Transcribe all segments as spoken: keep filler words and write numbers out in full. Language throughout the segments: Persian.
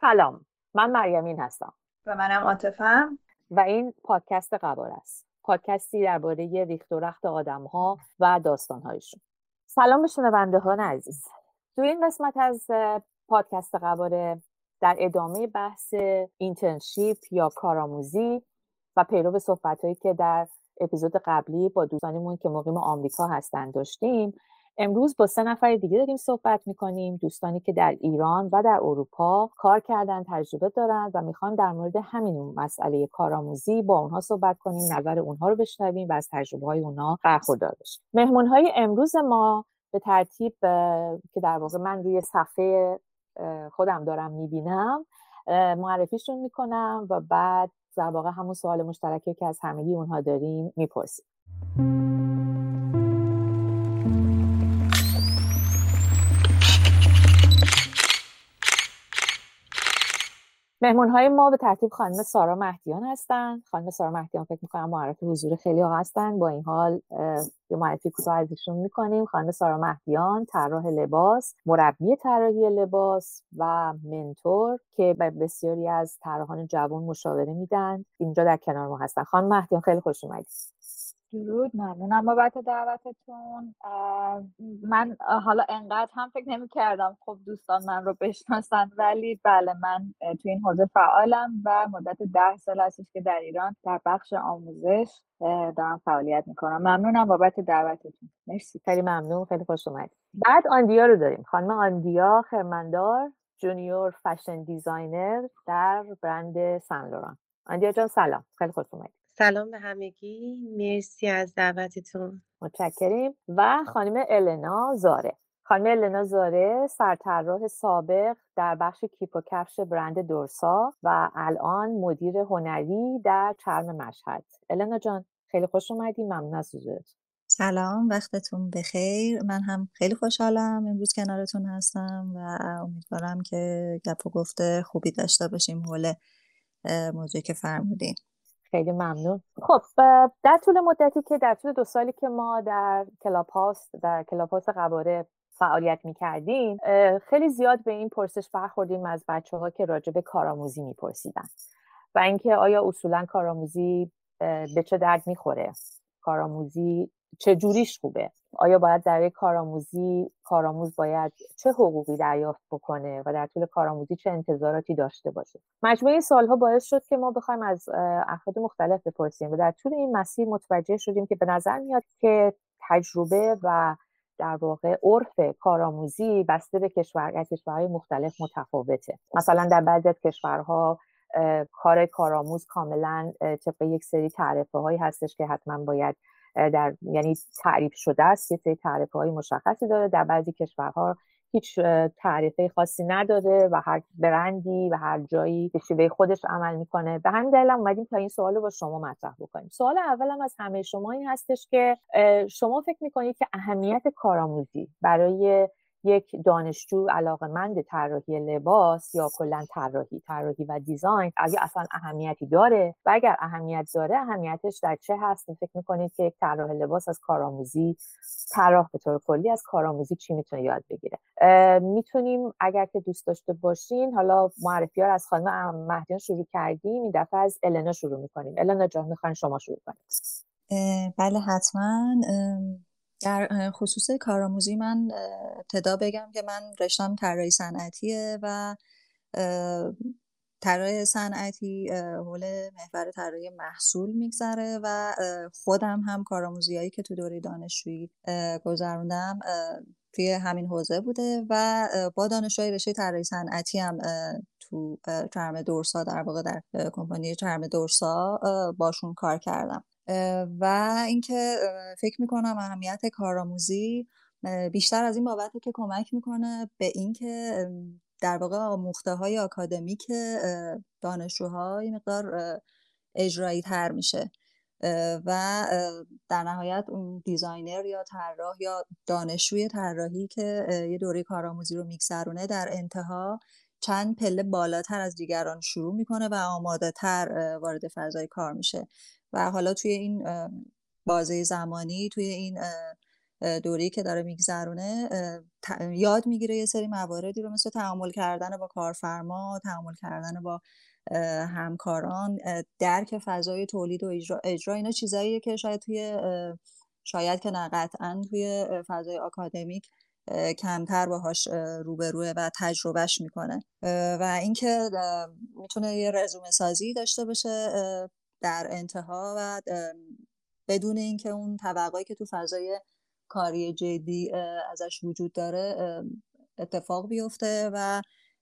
سلام، من مریم هستم و منم عاطفه‌ام. و این پادکست قبار است. پادکستی درباره ریخت و رخت آدم‌ها و داستان‌هایشون. سلام به شنوندگان عزیز. تو این قسمت از پادکست قبار در ادامه بحث اینترنشیپ یا کارآموزی و پیرو صحبت‌هایی که در اپیزود قبلی با دوستانمون که مقیم آمریکا هستن داشتیم، امروز با سه نفر دیگه داریم صحبت میکنیم. دوستانی که در ایران و در اروپا کار کردن، تجربه دارن و میخوان در مورد همین مسئله کارآموزی با اونها صحبت کنیم، نظر اونها رو بشنویم و از تجربه های اونها برخوردار بشیم. مهمون های امروز ما به ترتیب که در واقع من روی صفحه خودم دارم میبینم معرفیشون میکنم و بعد در واقع همون سوال مشترکی که از همگی اونها داریم میپرسیم. مهمون‌های ما به ترتیب خانم سارا مهدیان هستن. خانم سارا مهدیان فکر می‌کنم معرف حضور خیلی ها هستن. با این حال یه معرفی کوتاه ازشون می‌کنیم. خانم سارا مهدیان طراح لباس، مربی طراحی لباس و منتور که به بسیاری از طراحان جوان مشاوره میدن. اینجا در کنار ما هستن. خانم مهدیان خیلی خوش اومدید. درود، ممنونم بابت دعوتتون. من حالا انقدر هم فکر نمی کردم خب دوستان من رو بشناسن، ولی بله من توی این حوزه فعالم و مدت ده سال هستش که در ایران در بخش آموزش دارم فعالیت میکنم. ممنونم بابت دعوتتون. مرسی. خیلی ممنون، خیلی خوش اومدید. بعد آندیا رو داریم. خانم آندیا خرمندار، جونیور فشن دیزاینر در برند سن لوران. آندیا جان سلام، خیلی خوش اومدید. سلام به همگی، مرسی از دعوتتون. متشکریم. و خانم النا زاره. خانم النا زاره سرطراح سابق در بخش کیپ و کفش برند دورسا و الان مدیر هنری در چرم مشهد. النا جان خیلی خوش اومدی، ممنون از حضورت. سلام، وقتتون بخیر. من هم خیلی خوشحالم امروز کنارتون هستم و امیدوارم که گپ و گفت خوبی داشته باشیم حول موضوعی که فرمودین. خیلی ممنون. خب در طول مدتی که در طول دو سالی که ما در کلاب هاوس در کلاب هاوس قباره فعالیت می‌کردیم، خیلی زیاد به این پرسش برخوردیم از بچه‌ها که راجع به کارآموزی می‌پرسیدن و اینکه آیا اصولاً کارآموزی به چه درد می‌خوره؟ کارآموزی چه جوریش خوبه؟ آیا باید در کارآموزی کارآموز باید چه حقوقی دریافت بکنه و در طول کارآموزی چه انتظاراتی داشته باشه؟ مجموعه سوال‌ها باعث شد که ما بخوایم از افراد مختلف بپرسیم و در طول این مسیر متوجه شدیم که به نظر میاد که تجربه و در واقع عرف کارآموزی بسته به کشور کشورهای مختلف متفاوته. مثلا در بعضی از کشورها کار کارآموز کاملا طبق یک سری تعرفه هایی هستش که حتما باید در یعنی تعریف شده است، یه سری تعریف های مشخصی داره. در بعضی کشورها هیچ تعریفه خاصی نداره و هر برندی و هر جایی به شیوه خودش عمل میکنه. به همین دلیل اومدیم تا این سوال رو با شما مطرح بکنیم. سوال اولم از همه شما این هستش که شما فکر میکنید که اهمیت کارآموزی برای یک دانشجو علاقه‌مند طراحی لباس یا کلاً طراحی طراحی و دیزاین اگه اصلا اهمیتی داره و اگر اهمیت داره اهمیتش در چه هست؟ فکر می‌کنید که یک طراح لباس از کارآموزی طراح به طور کلی از کارآموزی چی میتونه یاد بگیره؟ میتونیم اگر که دوست داشته باشین حالا معرفی‌ها از خانم مهدیان شروع کردیم، این دفعه از النا شروع می‌کنیم. النا جان می‌خواین شما شروع کنید؟ بله حتماً. در خصوص کارآموزی من ابتدا بگم که من رشتم طراحی صنعتیه و طراحی صنعتی حول محور طراحی محصول میگذره و خودم هم کارآموزیایی که تو دوره دانشجویی گذروندم توی همین حوزه بوده و با دانشجوی رشته طراحی صنعتی هم تو چرم دورسا در واقع در کمپانی چرم دورسا باشون کار کردم. و اینکه فکر میکنم اهمیت کارآموزی بیشتر از این بابته که کمک میکنه به اینکه در واقع آموخته های آکادمیک دانشجوها این مقدار اجرایی تر میشه و در نهایت اون دیزاینر یا طراح یا دانشجوی طراحی که یه دوره کارآموزی رو میگذرونه در انتها چند پله بالاتر از دیگران شروع میکنه و آماده تر وارد فضای کار میشه و حالا توی این بازه زمانی توی این دوره‌ای که داره میگذرونه یاد میگیره یه سری مواردی رو، مثل تعامل کردن با کارفرما، تعامل کردن با همکاران، درک فضای تولید و اجرا, اجرا اینا چیزاییه که شاید توی شاید که نه قطعاً توی فضای آکادمیک کمتر باهاش روبروه و تجربهش میکنه. و اینکه میتونه یه رزومه سازی داشته باشه در انتها و بدون اینکه اون توقعی که تو فضای کاری جدی ازش وجود داره اتفاق بیفته و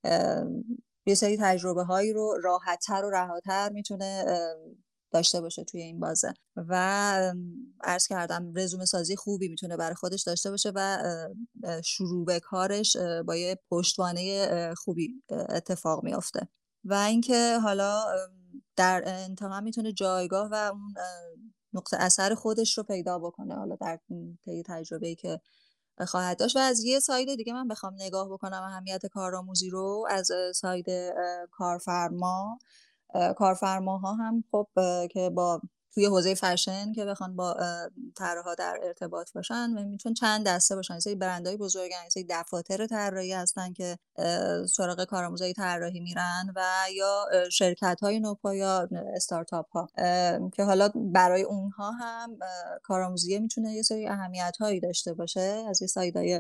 یه سری تجربه هایی رو راحت‌تر و رهاتر میتونه داشته باشه توی این بازه. و عرض کردم رزومه سازی خوبی میتونه برای خودش داشته باشه و شروع به کارش با یه پشتوانه خوبی اتفاق میفته. و اینکه حالا در انتها میتونه جایگاه و اون نقطه اثر خودش رو پیدا بکنه حالا در طی تجربه‌ای که خواهد داشت. و از یه ساید دیگه من بخوام نگاه بکنم اهمیت کارآموزی رو، از ساید کارفرما کارفرماها هم خب که با توی حوزه فشن که بخوان با طراحا در ارتباط باشن و میتونن چند دسته باشن، مثلا برندهای بزرگن، مثلا دفاتر طراحی هستن که سراغ کارآموزای طراحی میرن، و یا شرکت‌های نوپا یا استارتاپ ها که حالا برای اونها هم کارآموزی میتونه یه سری اهمیت‌هایی داشته باشه از یه سایدای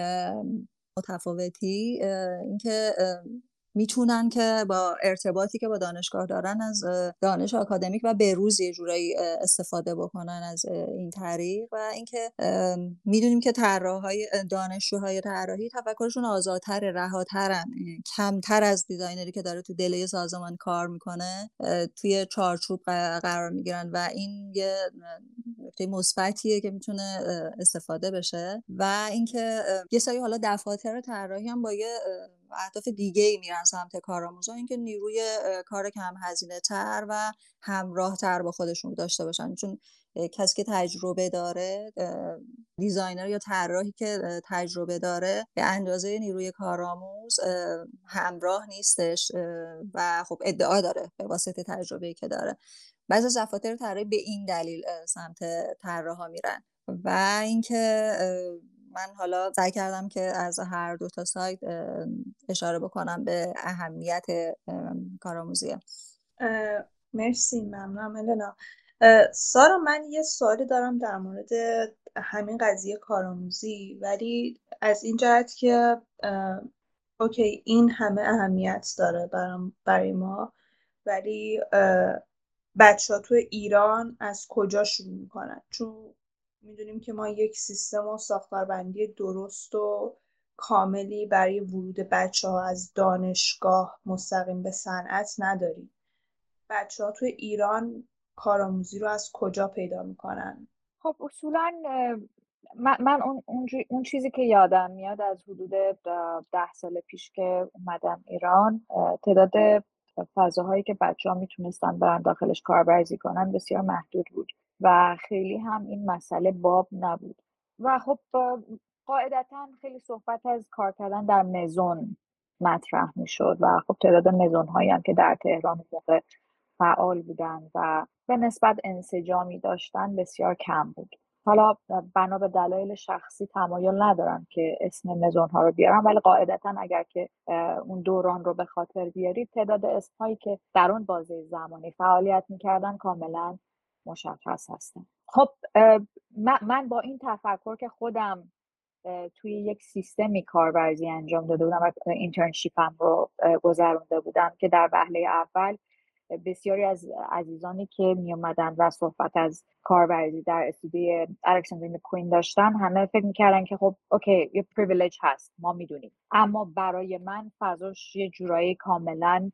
متفاوتی. اینکه میتونن که با ارتباطی که با دانشگاه دارن از دانش آکادمیک و بروز یه جورایی استفاده بکنن از این طریق. و اینکه میدونیم که طراحای دانشجوهای طراحی تفکرشون آزادتر، رهاترن، کمتر از دیزاینری که داره تو دل سازمان کار میکنه توی چارچوب قرار میگیرن و این یه نکته مثبتیه که میتونه استفاده بشه. و اینکه یه سری حالا دفاتر طراحی هم با یه اهداف دیگه‌ای میرن سمت کارآموزا، اینکه نیروی کار کم هزینه تر و همراه تر با خودشون داشته باشن، چون کسی که تجربه داره، دیزاینر یا طراحی که تجربه داره، به اندازه نیروی کارآموز همراه نیستش و خب ادعا داره به واسطه تجربه‌ای که داره. بعضی از دفاتر طراحی به این دلیل سمت طراحا میرن. و اینکه من حالا سعی کردم که از هر دو تا سایت اشاره بکنم به اهمیت کارآموزی. مرسی، ممنونم النا. سارا، من یه سوالی دارم در مورد همین قضیه کارآموزی، ولی از این جهت که اوکی این همه اهمیت داره برای ما، ولی بچه ها تو ایران از کجا شروع میکنن؟ چون میدونیم که ما یک سیستم و ساختاربندی درست و کاملی برای ورود بچه ها از دانشگاه مستقیم به صنعت نداریم. بچه ها تو ایران کارآموزی رو از کجا پیدا میکنن؟ خب اصولا من, من اون, اون, اون چیزی که یادم میاد از حدود ده سال پیش که اومدم ایران، تعداد فضاهایی که بچه ها میتونستن برن داخلش کارورزی کنن بسیار محدود بود و خیلی هم این مسئله باب نبود. و خب قاعدتا خیلی صحبت از کار کردن در مزون مطرح میشد و خب تعداد مزون هایی هم که در تهران موقع فعال بودن و به نسبت انسجامی داشتن بسیار کم بود. حالا بنا به دلایل شخصی تمایل ندارم که اسم مزون ها رو بیارم، ولی قاعدتا اگر که اون دوران رو به خاطر بیارید تعداد اسم هایی که در اون بازه زمانی فعالیت میکردن کاملا مشخص هستن. خب من با این تفکر که خودم توی یک سیستمی کارورزی انجام داده بودم و اینترنشیپم رو گذرونده بودم که در وهله اول بسیاری از عزیزانی که می اومدن و صحبت از کارورزی در استودیوی الکساندر مکوین داشتن، همه فکر میکردن که خب اوکی یه پریویلیج هست، ما میدونیم. اما برای من فضاش یه جورایی کاملا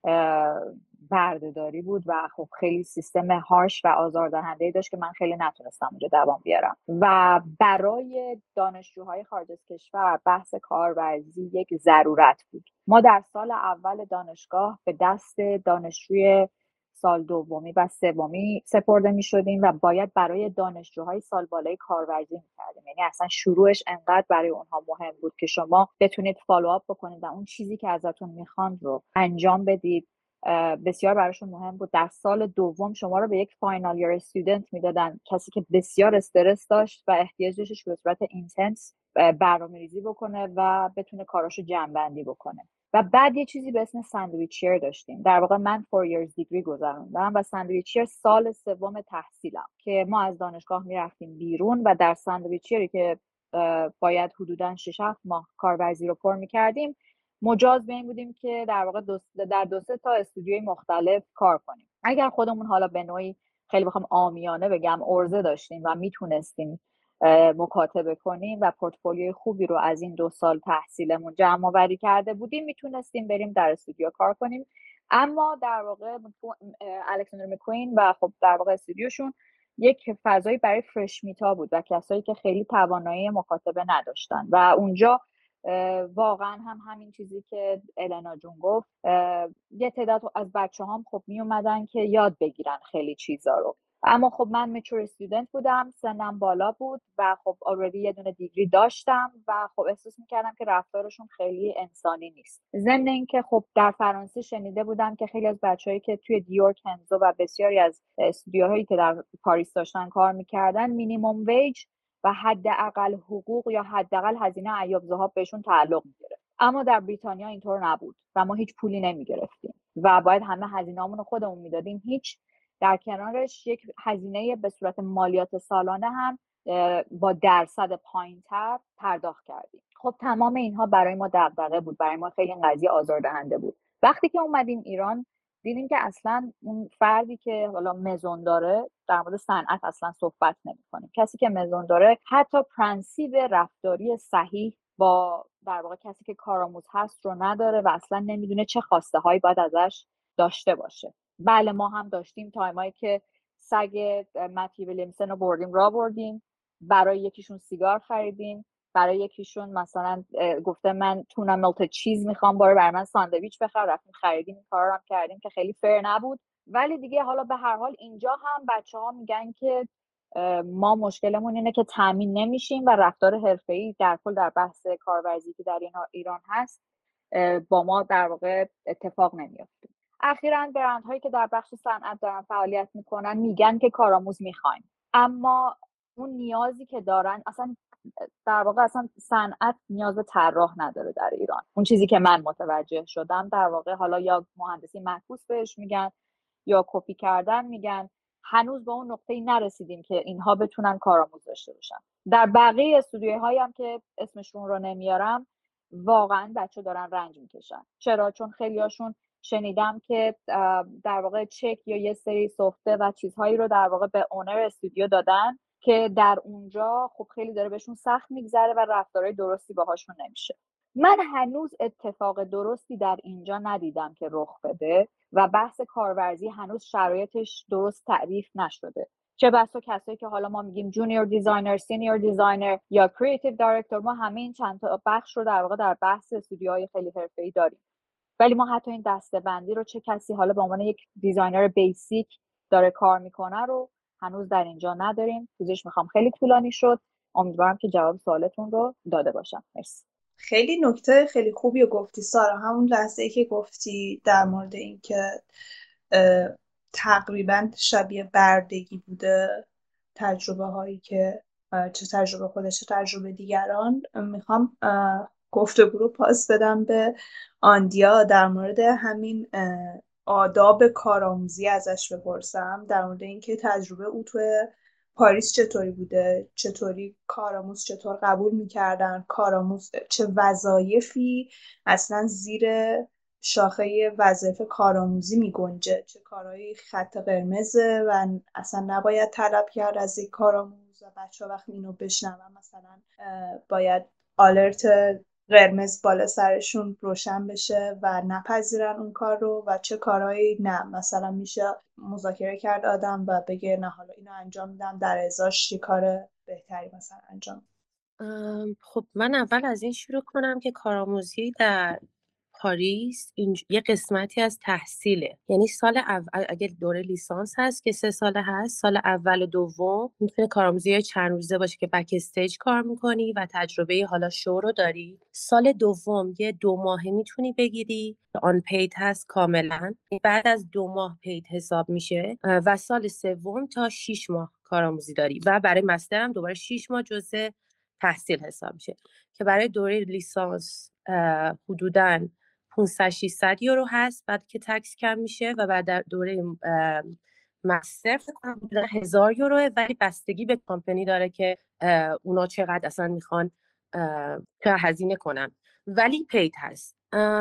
بردهداری بود و خب خیلی سیستم هارش و آزاردهنده‌ای داشت که من خیلی نتونستم اونجا دوام بیارم. و برای دانشجوهای خارج از کشور بحث کارورزی یک ضرورت بود. ما در سال اول دانشگاه به دست دانشجوی سال دومی و سومی سپرده می شدیم و باید برای دانشجوهای سال بالای کارورزی می کردیم. یعنی اصلا شروعش انقدر برای اونها مهم بود که شما بتونید فالوآپ بکنید و اون چیزی که ازتون میخواند رو انجام بدید بسیار براشون مهم بود. در سال دوم شما رو به یک فاینال ایر استودنت میدادن، کسی که بسیار استرس داشت و احتیاج داشتش به صورت اینتنس برنامه‌ریزی بکنه و بتونه کاراشو جمع‌بندی بکنه. و بعد یه چیزی به اسم ساندویچیر داشتیم. در واقع من فور ایرز دیگری گذروندم و ساندویچیر سال سوم تحصیلم که ما از دانشگاه میرفتیم بیرون و در ساندویچیری که باید حدوداً شش هفت ماه کارورزی رو پر میکردیم، مجاز به این بودیم که در واقع دو در دو سه تا استودیوی مختلف کار کنیم. اگر خودمون حالا به نوعی خیلی بخوام عامیانه بگم ارزه داشتیم و میتونستیم مکاتبه کنیم و پورتفولیوی خوبی رو از این دو سال تحصیلمون جمع آوری کرده بودیم، میتونستیم بریم در استودیو کار کنیم. اما در واقع الکساندر مکوین و خب در واقع استودیوشون یک فضایی برای فرش میتا بود و کسایی که خیلی توانایی مکاتبه نداشتن و اونجا واقعا هم همین چیزی که النا جون گفت، یه تعداد از بچه هم خب می اومدن که یاد بگیرن خیلی چیزا رو. اما خب من میچور استودنت بودم، سنم بالا بود و خب already یه دونه دیگری داشتم و خب احساس میکردم که رفتارشون خیلی انسانی نیست. ضمن اینکه خب در فرانسه شنیده بودم که خیلی از بچه‌هایی که توی دیور، کنزو و بسیاری از استودیوهایی که در پاریس داشتن کار میکردن، مینیمم ویج و حداقل حقوق یا حداقل هزینه عیاب ذهاب بهشون تعلق میگرفت. اما در بریتانیا اینطور نبود و ما هیچ پولی نمیگرفتیم و باید همه هزینه‌مون رو خودمون میدادیم. هیچ در کنارش یک هزینه به صورت مالیات سالانه هم با درصد پایین‌تر پرداخت کردیم. خب تمام اینها برای ما دغدغه بود، برای ما خیلی قضیه آزاردهنده بود. وقتی که اومدیم ایران دیدیم که اصلا اون فردی که حالا مزون داره در مورد صنعت اصلا صحبت نمی‌کنه. کسی که مزون داره حتی پرنسیپ رفتاری صحیح با در واقع کسی که کارآموز هست رو نداره و اصلا نمیدونه چه خواسته هایی باید ازش داشته باشه. بله ما هم داشتیم تایمایی که سگ متی ویلیمسن رو بردیم را بردیم، برای یکیشون سیگار خریدیم، برای یکیشون مثلا گفته من تونه ملت چیز میخوام باره برای من ساندویچ بخر، رفتیم خریدیم، این کارا هم کردیم که خیلی فیر نبود. ولی دیگه حالا به هر حال اینجا هم بچه‌ها میگن که ما مشکلمون اینه که تامین نمیشیم و رفتار حرفه‌ای در کل در بحث کارورزی که در ایران هست با ما در واقع اتفاق نمیفته. اخیراً برندهایی که در بخش صنعت دارن فعالیت میکنن میگن که کارآموز میخوایم، اما اون نیازی که دارن اصلا در واقع اصلا صنعت نیاز به طراح نداره در ایران. اون چیزی که من متوجه شدم در واقع حالا یا مهندسی معکوس بهش میگن یا کپی کردن میگن. هنوز به اون نقطه‌ای نرسیدیم که اینها بتونن کارآموز داشته باشن. در بقیه استودیوهایی هم که اسمشون رو نمیارم واقعا بچه دارن رنج میکشن. چرا؟ چون خیلیاشون شنیدم که در واقع چک یا یه سری سفته و چیزهایی رو در واقع به اونر استودیو دادن که در اونجا خب خیلی داره بهشون سخت میگذره و رفتارهای درستی باهاشون نمیشه. من هنوز اتفاق درستی در اینجا ندیدم که رخ بده و بحث کارورزی هنوز شرایطش درست تعریف نشده. چه بسا کسایی که حالا ما میگیم جونیور دیزاینر، سینیور دیزاینر یا کریتیو دایرکتور، ما همه این چند تا بخش رو در واقع در بحث استودیوهای خیلی حرفه‌ای داریم. ولی ما حتی این دسته‌بندی رو چه کسی حالا به عنوان یک دیزاینر بیسیک داره کار میکنه رو هنوز در اینجا نداریم. توضیحش میخوام خیلی طولانی شد. امیدوارم که جواب سوالتون رو داده باشم. مرسی. خیلی نکته خیلی خوبی رو گفتی سارا. همون لحظه‌ای که گفتی در مورد این که تقریبا شبیه بردگی بوده تجربه هایی که چه تجربه خودش چه تجربه دیگران، میخوام گفتگو رو پاس بدم به آندیا در مورد همین آداب کارآموزی ازش بپرسم، در مورد اینکه تجربه او تو پاریس چطوری بوده، چطوری کارآموز چطور قبول میکردن، کارآموز چه وظایفی اصلا زیر شاخه وظایف کارآموزی میگنجه، چه کارهایی خط قرمزه و اصلا نباید طلب کرد از یک کارآموز و بچه ها وقتی اینو بشنون مثلا باید آلرت قرمز بالا سرشون روشن بشه و نپذیرن اون کار رو، و چه کارهایی نه مثلا میشه مذاکره کرد آدم و بگه نه حالا اینو انجام میدم در ازاش چه کار بهتری مثلا انجام. خب من اول از این شروع کنم که کارآموزی در پاریس اینج... یه قسمتی از تحصیله. یعنی سال اول اگه دوره لیسانس هست که سه ساله هست، سال اول و دوم میتونه کارآموزی چند روزه باشه که بک استیج کار میکنی و تجربه حالا شو رو داری. سال دوم یه دو ماهه میتونی بگیری، آن پید هست کاملا، بعد از دو ماه پید حساب میشه و سال سوم تا شش ماه کارآموزی داری و برای مستر هم دوباره شش ماه جزء تحصیل حساب میشه که برای دوره لیسانس حدوداً پانصد ششصد یورو هست بعد که تکس کم میشه و بعد در دوره مستر فکر کنم حدوداً هزار یوروه، ولی بستگی به کمپانی داره که اونا چقدر اصلا میخوان که هزینه کنن، ولی پید هست.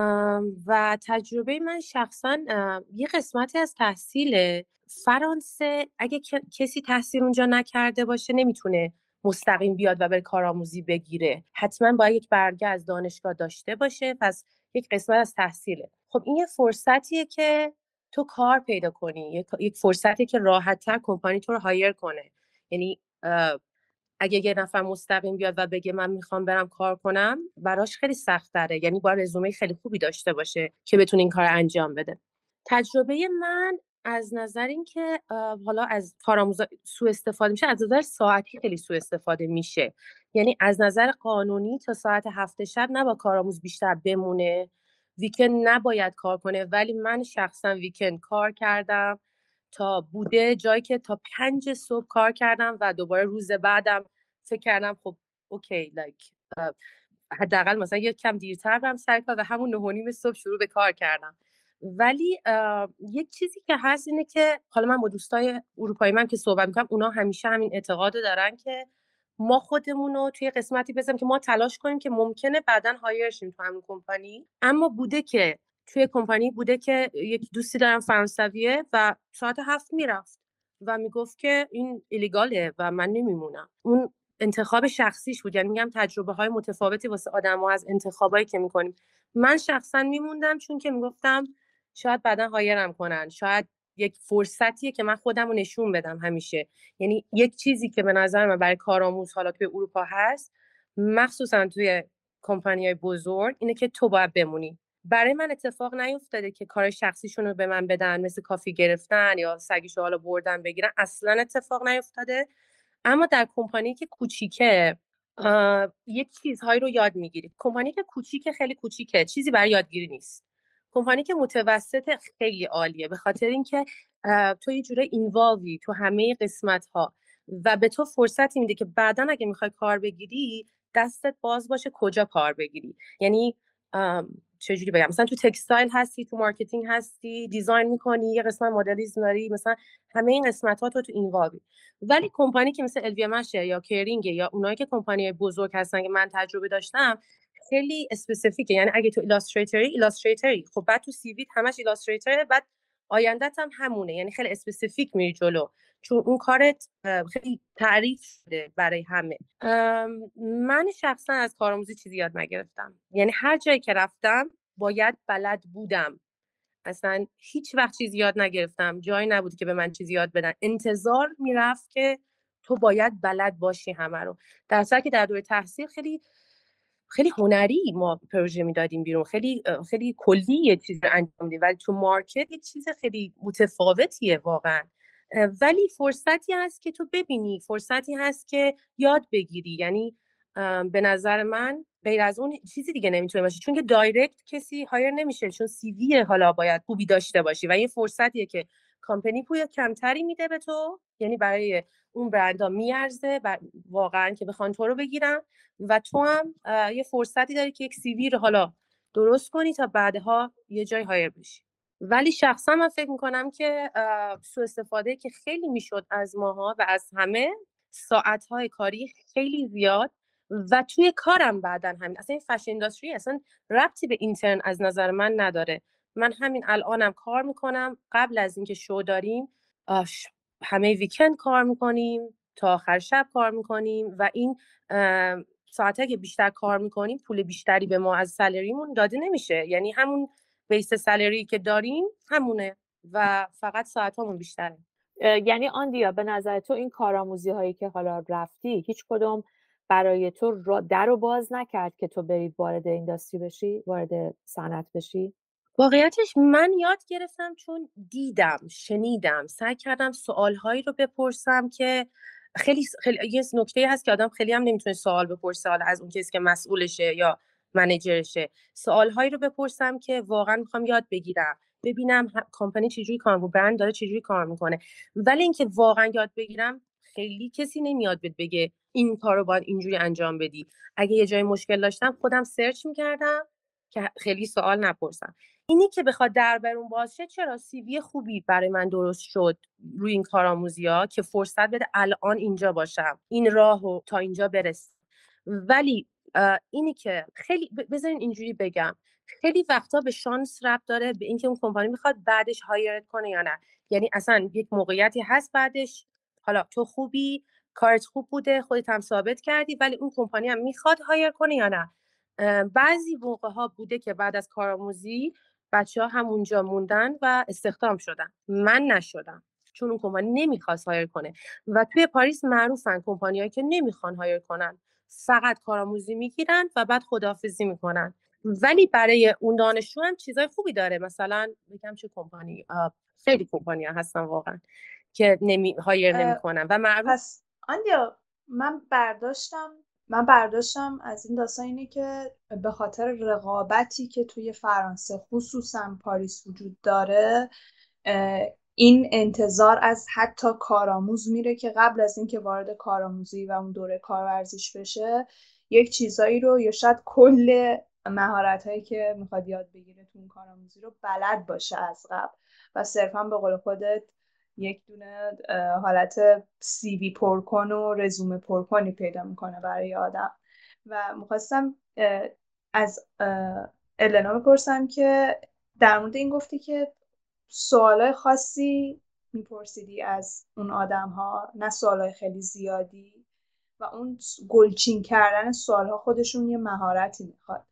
و تجربه من شخصا یه قسمتی از تحصیل فرانسه اگه کسی تحصیل اونجا نکرده باشه نمیتونه مستقیم بیاد و بره کارآموزی بگیره، حتما باید یک برگه از دانشگاه داشته باشه، پس یک قسمت از تحصیله. خب این یه فرصتیه که تو کار پیدا کنی، یک فرصتیه که راحت‌تر کمپانی تو رو هایر کنه. یعنی اگه یه نفر مستقیم بیاد و بگه من میخوام برم کار کنم، براش خیلی سخت تره، یعنی باید رزومه خیلی خوبی داشته باشه که بتونه این کار انجام بده. تجربه من از نظر این که حالا از کارآموزا سوء استفاده میشه، از نظر ساعتی خیلی سوء استفاده میشه. یعنی از نظر قانونی تا ساعت هفت شب نباید کارآموز بیشتر بمونه، ویکند نباید کار کنه، ولی من شخصا ویکند کار کردم تا بوده جایی که تا پنج صبح کار کردم و دوباره روز بعدم فکر کردم خب اوکی لایک حداقل مثلا یک کم دیرتر برم سر کار و همون نه و نیم صبح شروع به کار کردم. ولی یک چیزی که هست اینه که حالا من با دوستای اروپایی من که صحبت میکنم اونا همیشه همین اعتقاد دارن که ما خودمون رو توی قسمتی بذاریم که ما تلاش کنیم که ممکنه بعداً هایر شیم تو همون کمپانی. اما بوده که توی کمپانی بوده که یک دوستی دارم فرانسویه و ساعت هفت میرفت و میگفت که این ایلیگاله و من نمیمونم. اون انتخاب شخصیش بود. یعنی میگم تجربه های متفاوتی واسه آدم‌ها از انتخابایی که میکنیم. من شخصا میموندم چون که میگفتم شاید بعداً هایرم کنن، شاید یک فرصتیه که من خودم رو نشون بدم همیشه. یعنی یک چیزی که به نظر من برای کارآموز حالا توی اروپا هست، مخصوصا توی کمپانی‌های بزرگ، اینه که تو باید بمونی. برای من اتفاق نیفتاده که کار شخصیشون رو به من بدن، مثل کافی گرفتن یا سگیشو حالا بردن بگیرن، اصلا اتفاق نیفتاده. اما در کمپانی که کوچیکه یک چیزهایی رو یاد میگیری. کمپانی که کوچیکه خیلی کوچیکه، چیزی برای یادگیری نیست. کمپانی که متوسط خیلی عالیه، به خاطر اینکه تو یه جوره اینوالوی تو همه قسمت ها و به تو فرصتی میده که بعداً اگه میخوای کار بگیری دستت باز باشه کجا کار بگیری. یعنی چجوری بگم، مثلا تو تکستایل هستی، تو مارکتینگ هستی، دیزاین میکنی، یه قسمت مدلیسم داری، مثلا همه این قسمت ها تو تو اینوالوی. ولی کمپانی که مثل ال وی ام اچ یا کرینگ یا اونایی که کمپانی بزرگ هستن که من تجربه داشتم خیلی اسپسیفیکه. یعنی اگه تو ایلاستریتوری ایلاستریتوری خب بعد تو سی وی همش ایلاستریتوره، بعد آینده‌ت هم همونه، یعنی خیلی اسپسیفیک میری جلو چون اون کارت خیلی تعریف شده برای همه. من شخصا از کارآموزی چیزی یاد نگرفتم، یعنی هر جایی که رفتم باید بلد بودم، اصلا هیچ وقت چیزی یاد نگرفتم، جایی نبود که به من چیزی یاد بدن، انتظار میرفت که تو باید بلد باشی همه رو. در اصل که در دوره تحصیل خیلی خیلی هنری ما پروژه میدادیم بیرون، خیلی خیلی کلی یه چیز رو انجام میدیم، ولی تو مارکت یه چیز خیلی متفاوتیه واقعا. ولی فرصتی هست که تو ببینی، فرصتی هست که یاد بگیری. یعنی به نظر من غیر از اون چیزی دیگه نمیتونه باشه، چون که دایرکت کسی هایر نمیشه، چون سی وی حالا باید خوبی داشته باشی و این فرصتیه که کمپانی پول کمتری میده به تو، یعنی برای اون برندها میارزه واقعا که بخوان تو رو بگیرن و تو هم یه فرصتی داری که یک سی وی رو حالا درست کنی تا بعدها یه جای هایر بشی. ولی شخصا من فکر میکنم که سوء استفاده که خیلی میشد از ماها و از همه، ساعتهای کاری خیلی زیاد و توی کارم بعدن همین. اصلا این فشن اینداستری اصلا ربطی به اینترن از نظر من نداره. من همین الانم کار میکنم، قبل از اینکه شو داریم همه ویکند کار میکنیم، تا آخر شب کار میکنیم و این ساعته که بیشتر کار میکنیم پول بیشتری به ما از سالریمون داده نمیشه، یعنی همون بیس سالری که داریم همونه و فقط ساعتامون بیشتره. یعنی آندیا به نظر تو این کارآموزی هایی که حالا رفتی هیچ کدوم برای تو را در رو باز نکرد که تو بری وارد اینداستری بشی، وارد صنعت بشی؟ واقعیتش من یاد گرفتم چون دیدم، شنیدم، سعی کردم سوالهایی رو بپرسم که خیلی خیلی یه نکته هست که آدم خیلی هم نمیتونه سوال بپرسه حالا از اون کسی که مسئولشه یا منیجرشه. سوالهایی رو بپرسم که واقعا میخوام یاد بگیرم، ببینم کمپانی چجوری کار میکنه، برند داره چجوری کار میکنه. ولی اینکه واقعا یاد بگیرم خیلی کسی نمیاد بهت بگه این کارو باید اینجوری انجام بدی. اگه یه جای مشکل داشتم خودم سرچ میکردم که خیلی سوال نپرسم. اینی که بخواد در برون باز شه، چرا سیوی خوبی برای من درست شد روی این کارآموزی‌ها که فرصت بده الان اینجا باشم، این راهو تا اینجا برسم. ولی اینی که خیلی بذارین اینجوری بگم، خیلی وقتا به شانس ربط داره، به اینکه اون کمپانی میخواد بعدش هایرت کنه یا نه. یعنی اصلا یک موقعیتی هست بعدش حالا تو خوبی، کارت خوب بوده، خودت هم ثابت کردی، ولی اون کمپانی هم میخواد هایر کنه یا نه. بعضی موقع ها بوده که بعد از کارآموزی بچه ها همونجا موندن و استخدام شدن. من نشدم چون اون کمپانی نمیخواست هایر کنه. و توی پاریس معروفن کمپانیایی که نمیخوان هایر کنن، فقط کارآموزی میگیرن و بعد خداحافظی میکنن. ولی برای اون دانشجو هم چیزای خوبی داره. مثلا بگم چه کمپانی، خیلی کمپانی ها هستن واقعا که نمی هایر نمیکنن و معروف. پس آنیا من برداشتم من برداشتم از این داستان اینه که به خاطر رقابتی که توی فرانسه خصوصا پاریس وجود داره، این انتظار از حتی کارآموز میره که قبل از اینکه وارد کارآموزی و اون دوره کارورزیش بشه یک چیزایی رو یا شاید کل مهارت‌هایی که میخواد یاد بگیره تو اون کارآموزی رو بلد باشه از قبل و صرفا به قول خودت یک دونه حالت سی وی پر کن و رزومه پر کنی پیدا میکنه برای آدم. و میخواستم از النا بپرسم که در مورد این گفتی که سوالای خاصی میپرسیدی از اون آدم ها، نه سوالای خیلی زیادی، و اون گلچین کردن سوالها خودشون یه مهارتی میخواد.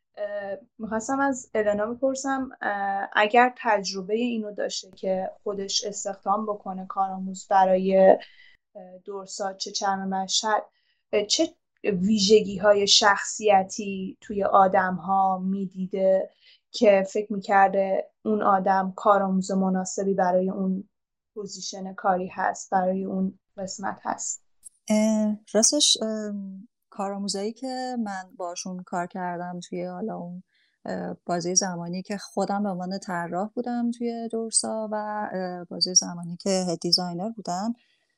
میخواستم از النا بپرسم اگر تجربه اینو داشته که خودش استخدام بکنه کارآموز برای دورسات چه چرم مشهد، چه ویژگی های شخصیتی توی آدم ها میدیده که فکر میکرده اون آدم کارآموز مناسبی برای اون پوزیشن کاری هست، برای اون قسمت هست؟ راستش کارآموزایی که من باشون کار کردم توی حالا اون بازه زمانی که خودم به عنوان طراح بودم توی دورسا و بازه زمانی که هد دیزاینر بودم،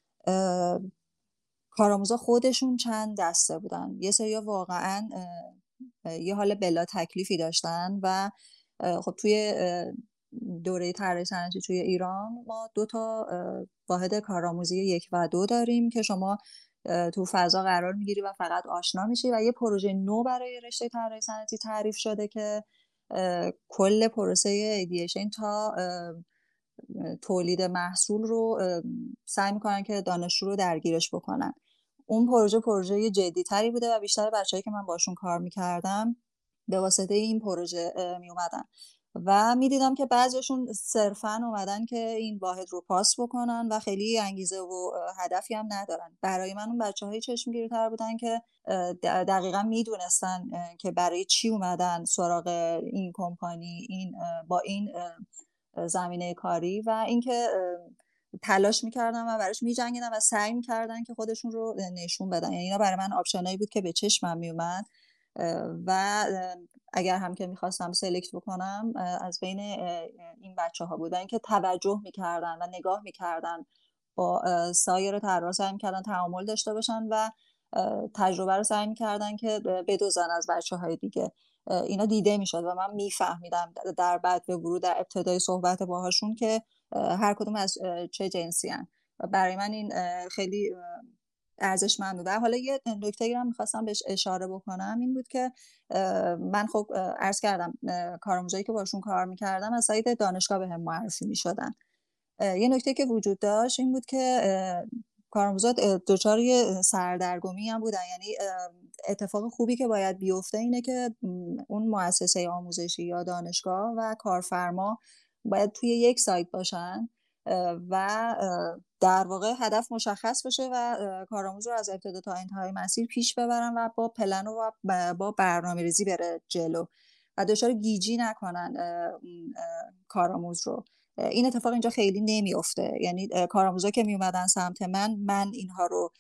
کارآموزا خودشون چند دسته بودن. یه سریا واقعا یه حال بلا تکلیفی داشتن و خب توی دوره طراحی صنعتی توی ایران ما دو تا واحد کارآموزی یک و دو داریم که شما تو فضا قرار میگیری و فقط آشنا میشی، و یه پروژه نو برای رشته طراحی صنعتی تعریف شده که کل پروسه ایدییشن تا تولید محصول رو سعی میکنن که دانشجو رو درگیرش بکنن. اون پروژه پروژه جدی‌تری بوده و بیشتر بچه‌ای که من باشون کار میکردم به واسطه این پروژه میومدن و میدیدم که بعضیشون صرفاً اومدن که این واحد رو پاس بکنن و خیلی انگیزه و هدفی هم ندارن. برای من اون بچه‌های چشمگیرتر بودن که دقیقاً میدونستن که برای چی اومدن سراغ این کمپانی، این با این زمینه کاری، و اینکه تلاش میکردن و براش میجنگیدن و سعی میکردن که خودشون رو نشون بدن. یعنی اینا برای من آپشنایی بود که به چشمم میومد و اگر هم که میخواستم سلکت بکنم از بین این بچه ها بودن که توجه میکردن و نگاه میکردن، با سایر طراحا سعی میکردن تعامل داشته باشن و تجربه رو سعی میکردن که بدوزن از بچه های دیگه. اینا دیده میشد و من میفهمیدم در بعد به ورود در ابتدای صحبت باهاشون که هر کدوم از چه جنسی هن. و برای من این خیلی ارزشمند بود. حالا یه نکته هم میخواستم بهش اشاره بکنم، این بود که من خب عرض کردم کارآموزایی که باشون کار میکردم از سایت دانشگاه به هم معرفی میشدن. یه نکته که وجود داشت این بود که کارآموزا دچار یه سردرگمی هم بودن. یعنی اتفاق خوبی که باید بیفته اینه که اون مؤسسه آموزشی یا دانشگاه و کارفرما باید توی یک سایت باشن و در واقع هدف مشخص بشه و کارآموز رو از ابتدا تا انتهای مسیر پیش ببرن و با پلن و با برنامه‌ریزی بره جلو و دچار گیجی نکنن کارآموز رو. این اتفاق اینجا خیلی نمیفته. یعنی کارآموزا که می اومدن سمت من من اینها رو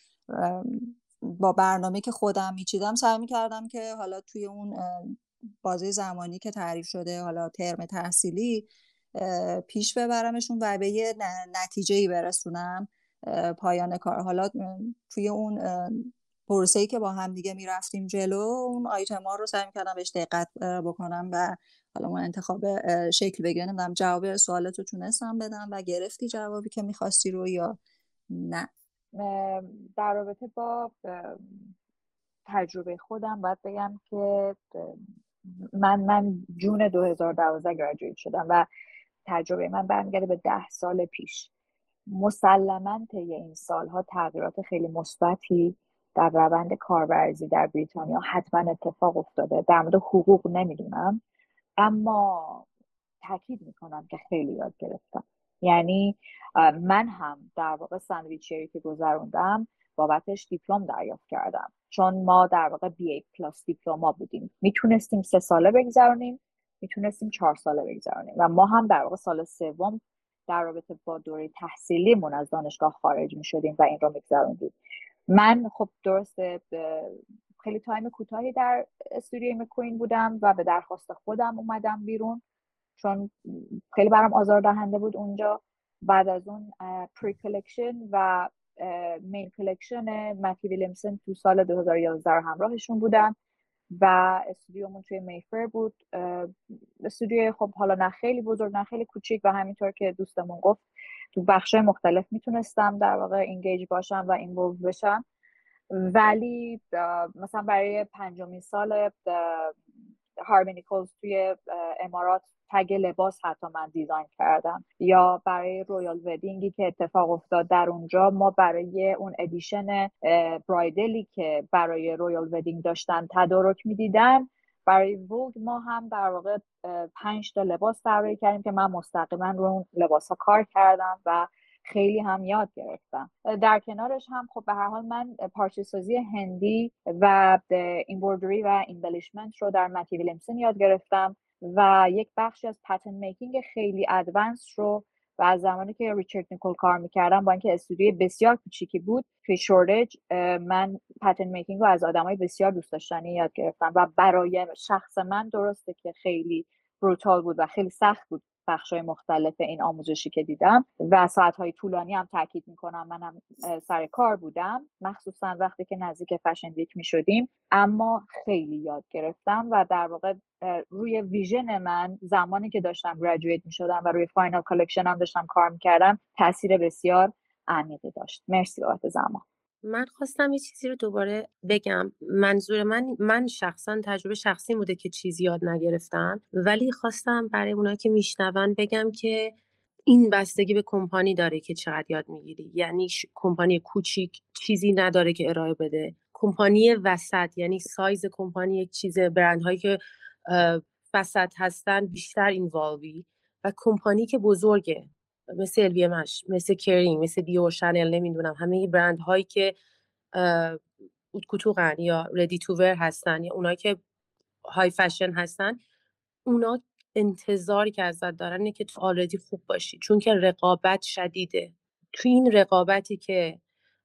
با برنامه که خودم میچیدم سعی میکردم که حالا توی اون بازه زمانی که تعریف شده، حالا ترم تحصیلی، پیش ببرمشون و به یه نتیجه‌ای برسونم پایان کار. حالا توی اون پروسه‌ای که با هم دیگه میرفتیم جلو، اون آیتما رو سعی می‌کردم بهش دقت بکنم و حالا من انتخاب شکل بگیرم. نمیدونم جواب سوالتو تونستم بدم و گرفتی جوابی که می‌خواستی رو یا نه؟ در رابطه با تجربه خودم باید بگم که من من جون دو هزار و دوازده گریجویت شدم و تجربه من برمیگرده به ده سال پیش. مسلماً طی این سالها تغییرات خیلی مثبتی در روند کارورزی در بریتانیا حتما اتفاق افتاده. در مورد حقوق نمیدونم، اما تاکید میکنم که خیلی یاد گرفتم. یعنی من هم در واقع ساندویچری که گذروندم بابتش دیپلم دریافت کردم، چون ما در واقع بی ای پلاس دیپلما بودیم. میتونستیم سه ساله بگذرونیم، میتونستیم چهار ساله بگذرونیم و ما هم در واقع سال سوم در رابطه با دوره تحصیلیمون از دانشگاه خارج میشدیم و این رو میگذروندیم. من خب درسته خیلی تایم کوتاهی در استودیوی مکوین بودم و به درخواست خودم اومدم بیرون، چون خیلی برام آزاردهنده بود اونجا. بعد از اون پری کلکشن و مین کلکشن متی ویلیمسون تو سال دو هزار و یازده رو همراهشون بودم و استودیومون توی میفر بود. استودیوی خب حالا نه خیلی بزرگ نه خیلی کوچیک و همینطور که دوستمون گفت تو بخشای مختلف میتونستم در واقع اینگیج باشم و اینولو بشم. ولی مثلا برای پنجمین سال هاربی نیکلز توی امارات تگ لباس حتی من دیزاین کردم، یا برای رویال ودینگی که اتفاق افتاد در اونجا ما برای اون ادیشن برایدلی که برای رویال ودینگ داشتن تدارک میدیدن، برای ووگ ما هم در واقع پنج تا لباس طراحی کردیم که من مستقیما رو اون لباس ها کار کردم و خیلی هم یاد گرفتم. در کنارش هم خب به هر حال من پارچه سازی هندی و ایمبوردری و ایمبلیشمنت رو در متی ویلیمسون یاد گرفتم و یک بخشی از پترن میکینگ خیلی ادوانس رو و از زمانی که ریچارد نیکول کار میکردم با اینکه استودیوی بسیار کوچیکی بود توی شوردج، من پترن میکینگ رو از آدمای بسیار دوست داشتنی یاد گرفتم و برای شخص من درسته که خیلی بروتال بود و خیلی سخت بود بخشای مختلف این آموزشی که دیدم و ساعتهای طولانی هم تاکید میکنم منم سر کار بودم، مخصوصا وقتی که نزدیک فشن ویک میشدیم، اما خیلی یاد گرفتم و در واقع روی ویژن من زمانی که داشتم گریجویت میشدم و روی فاینال کالکشن هم داشتم کار میکردم تاثیر بسیار عمیقی داشت. مرسی بابت زمان. من خواستم یه چیزی رو دوباره بگم. منظور من من شخصا تجربه شخصی بوده که چیزی یاد نگرفتم، ولی خواستم برای اونایی که میشنون بگم که این بستگی به کمپانی داره که چقدر یاد میگیری. یعنی کمپانی کوچیک چیزی نداره که ارائه بده، کمپانی وسط یعنی سایز کمپانی یک چیز، برندهایی که وسط هستن بیشتر اینوالوی، و کمپانی که بزرگه مثل ال وی ام اچ، مثل کرینگ، مثل دیور، شانل، نمیدونم همه برند هایی که اوت کوتوغن یا ردی تو ور هستن یا اونایی که های فشن هستن، اونا انتظاری که ازت دارن اینه که تو آلردی خوب باشی، چون که رقابت شدیده. تو این رقابتی که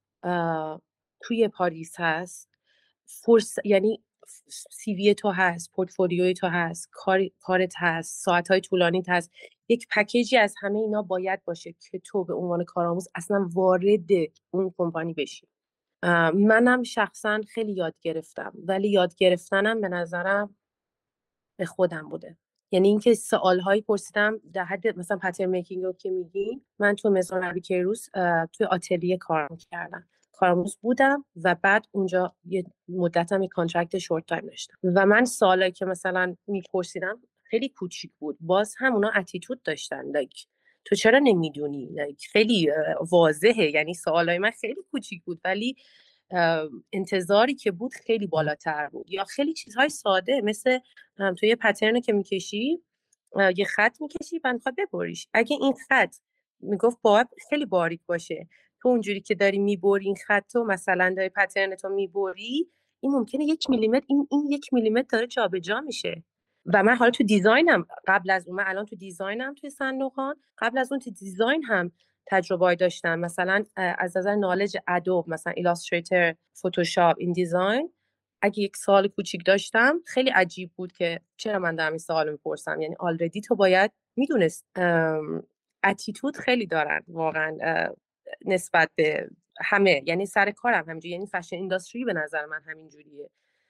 توی پاریس هست، فرص یعنی سی وی تو هست، پورتفولیوی تو هست، کار کارت هست، ساعت‌های طولانیت هست، یک پکیجی از همه اینا باید باشه که تو به عنوان کارآموز اصلا وارد اون کمپانی بشی. منم شخصا خیلی یاد گرفتم، ولی یاد گرفتنم به نظرم به خودم بوده. یعنی اینکه سوال‌هایی پرسیدم در حد مثلا پترن میکینگ رو که میگین، من تو مزون عربی کیروس توی آتلیه کار می‌کردم، کارآموز بودم و بعد اونجا یه مدتم یه کانترکت شورت تایم داشتم و من سوالایی که مثلا میپرسیدم خیلی کوچیک بود، باز هم اونا اتیتود داشتن، لایک تو چرا نمیدونی، لایک خیلی واضحه. یعنی سوالای من خیلی کوچیک بود ولی انتظاری که بود خیلی بالاتر بود. یا خیلی چیزهای ساده مثل تو یه پترن که میکشی، یه خط میکشی و میخواد ببریش، اگه این خط میگفت باید خیلی باریک باشه، تو اونجوری که داری میبری این خط و مثلا داری پترن تو میبری، این ممکنه یک میلیمتر این این یک میلیمتر داره جابجا میشه. و من حالا تو دیزاینم قبل از اون، من الان تو دیزاینم توی صندوقان، قبل از اون تو دیزاین هم تجربه داشتم، مثلا از نظر نالج ادوب، مثلا ایلاستریتور، فتوشاپ، این دیزاین. اگه یک سوال کوچیک داشتم خیلی عجیب بود که چرا من دارم این سوال میپرسم، یعنی آلردی تو باید میدونست. اتیتود خیلی دارن واقعا نسبت به همه، یعنی سر کارم همینجوری، یعنی فشن اینداستری به نظر من همینجوریه،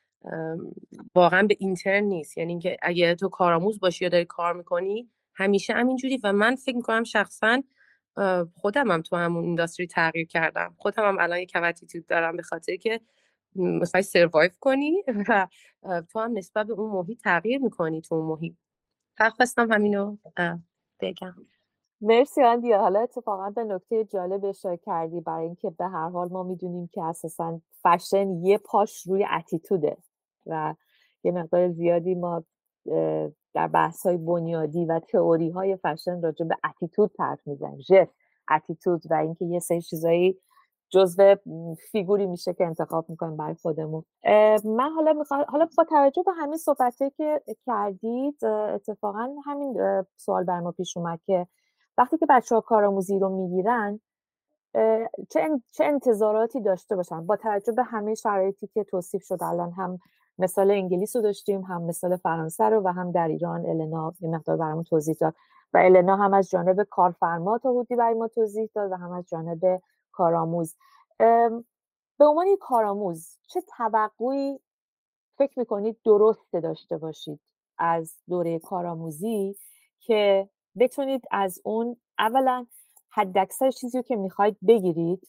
واقعا به اینترن نیست. یعنی که اگه تو کارآموز باشی یا داری کار میکنی همیشه همینجوری. و من فکر میکنم شخصا خودم هم تو همون اینداستری تغییر کردم، خودم هم الان یک اتیتود دارم به خاطر که میخوای سروایو کنی و تو هم نسبت به اون محیط تغییر میکنی تو اون محیط. خواستم همینو بگم. مرسی آندیا. حالا اتفاقا به نکته جالب اشاره کردی، برای اینکه به هر حال ما میدونیم که اساسا فشن یه پاش روی اتیتوده و یه مقدار زیادی ما در بحث‌های بنیادی و تئوری‌های فشن راجع به اتیتود حرف میزنیم، ژست، اتیتود، و اینکه یه سری چیزایی جزء فیگوری میشه که انتخاب میکنیم برای خودمون. من حالا میخوام، حالا با توجه به همین صحبتایی که کردید، اتفاقا همین سوال بر ما پیش اومد که وقتی که بچه‌ها کارآموزی رو میگیرن چه چه انتظاراتی داشته باشن با توجه به همه شرایطی که توصیف شد الان. هم مثال انگلیس رو داشتیم، هم مثال فرانسه رو، و هم در ایران النا یه مقدار برامون توضیح داد و النا هم از جانب کارفرما تا حدودی برای ما توضیح داد و هم از جانب کارآموز. به عنوان یک کارآموز چه توقعی فکر میکنید درسته داشته باشید از دوره کارآموزی که بتونید از اون اولا حداکثر چیزی که میخواید بگیرید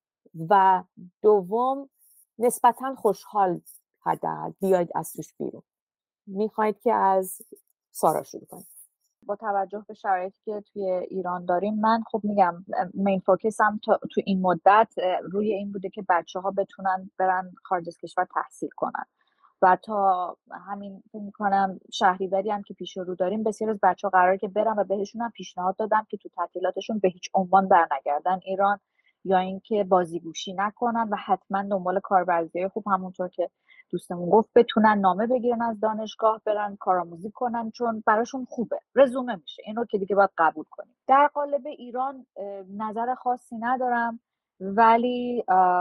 و دوم نسبتاً خوشحال حداقل بیاید از توش بیرون؟ میخواید که از سارا شروع کنید. با توجه به شرایطی که توی ایران داریم، من خب میگم مین فوکسم تو این مدت روی این بوده که بچه ها بتونن برن خارج از کشور تحصیل کنن و تا همین فکر میکنم شهریوری هم که پیش رو داریم بسیار از بچه ها قراره که برن و بهشون هم پیشنهاد دادم که تو تعطیلاتشون به هیچ عنوان برنگردن ایران، یا اینکه بازیگوشی نکنن و حتما دنبال کارورزی خوب، همونطور که دوستمون گفت، بتونن نامه بگیرن از دانشگاه، برن کارآموزی کنن، چون براشون خوبه، رزومه میشه، اینو که دیگه باید قبول کنیم. در قالب ایران نظر خاصی ندارم، ولی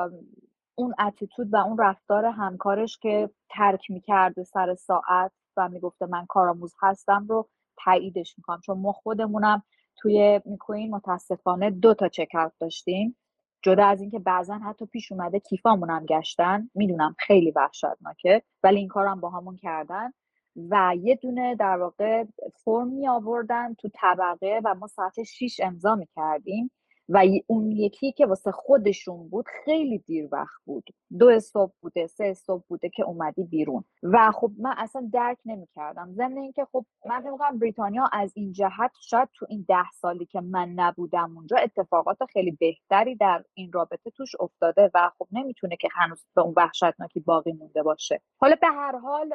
اون اتیتود و اون رفتار همکارش که ترک میکرده سر ساعت و میگفته من کارآموز هستم رو تاییدش میکنم، چون ما خودمونم توی میکوین متاسفانه دو تا چک اوت داشتیم، جدا از اینکه بعضا حتی پیش اومده کیفامون هم گشتن، میدونم خیلی وحشتناکه ولی این کارم با همون کردن و یه دونه در واقع فرم می آوردن تو طبقه و ما ساعت شیش امضا میکردیم و اون یکی که واسه خودشون بود خیلی دیر وقت بود، دو صبح بوده، سه صبح بوده که اومدی بیرون و خب من اصلا درک نمی کردم. ضمن اینکه خب من فکر می‌کنم بریتانیا از این جهت شاید تو این ده سالی که من نبودم اونجا اتفاقات خیلی بهتری در این رابطه توش افتاده و خب نمیتونه که هنوز به اون وحشتناکی باقی مونده باشه. حالا به هر حال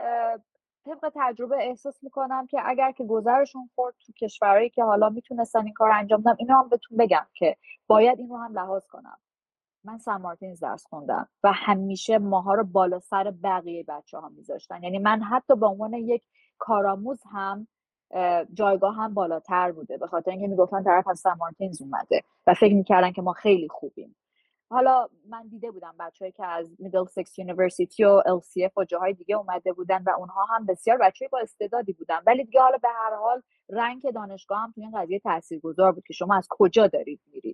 طبق تجربه احساس میکنم که اگر که گذرشون خورد تو کشورهایی که حالا میتونستن این کار انجام بدن، اینو هم بهتون بگم که باید این رو هم لحاظ کنم. من سن مارتینز درس خوندم و همیشه ماها رو بالا سر بقیه بچه ها میذاشتن، یعنی من حتی به عنوان یک کارآموز هم جایگاه هم بالاتر بوده، به خاطر اینکه میگفتن طرف از سن مارتینز اومده و فکر میکردن که ما خیلی خوبیم. حالا من دیده بودم بچه‌ای که از میدلسکس یونیورسیتی و ال سی اف و جاهای دیگه اومده بودن و اونها هم بسیار بچه‌ای با استعدادی بودن، ولی دیگه حالا به هر حال رنگ دانشگاه هم توی این قضیه تاثیرگذار بود که شما از کجا دارید میرید.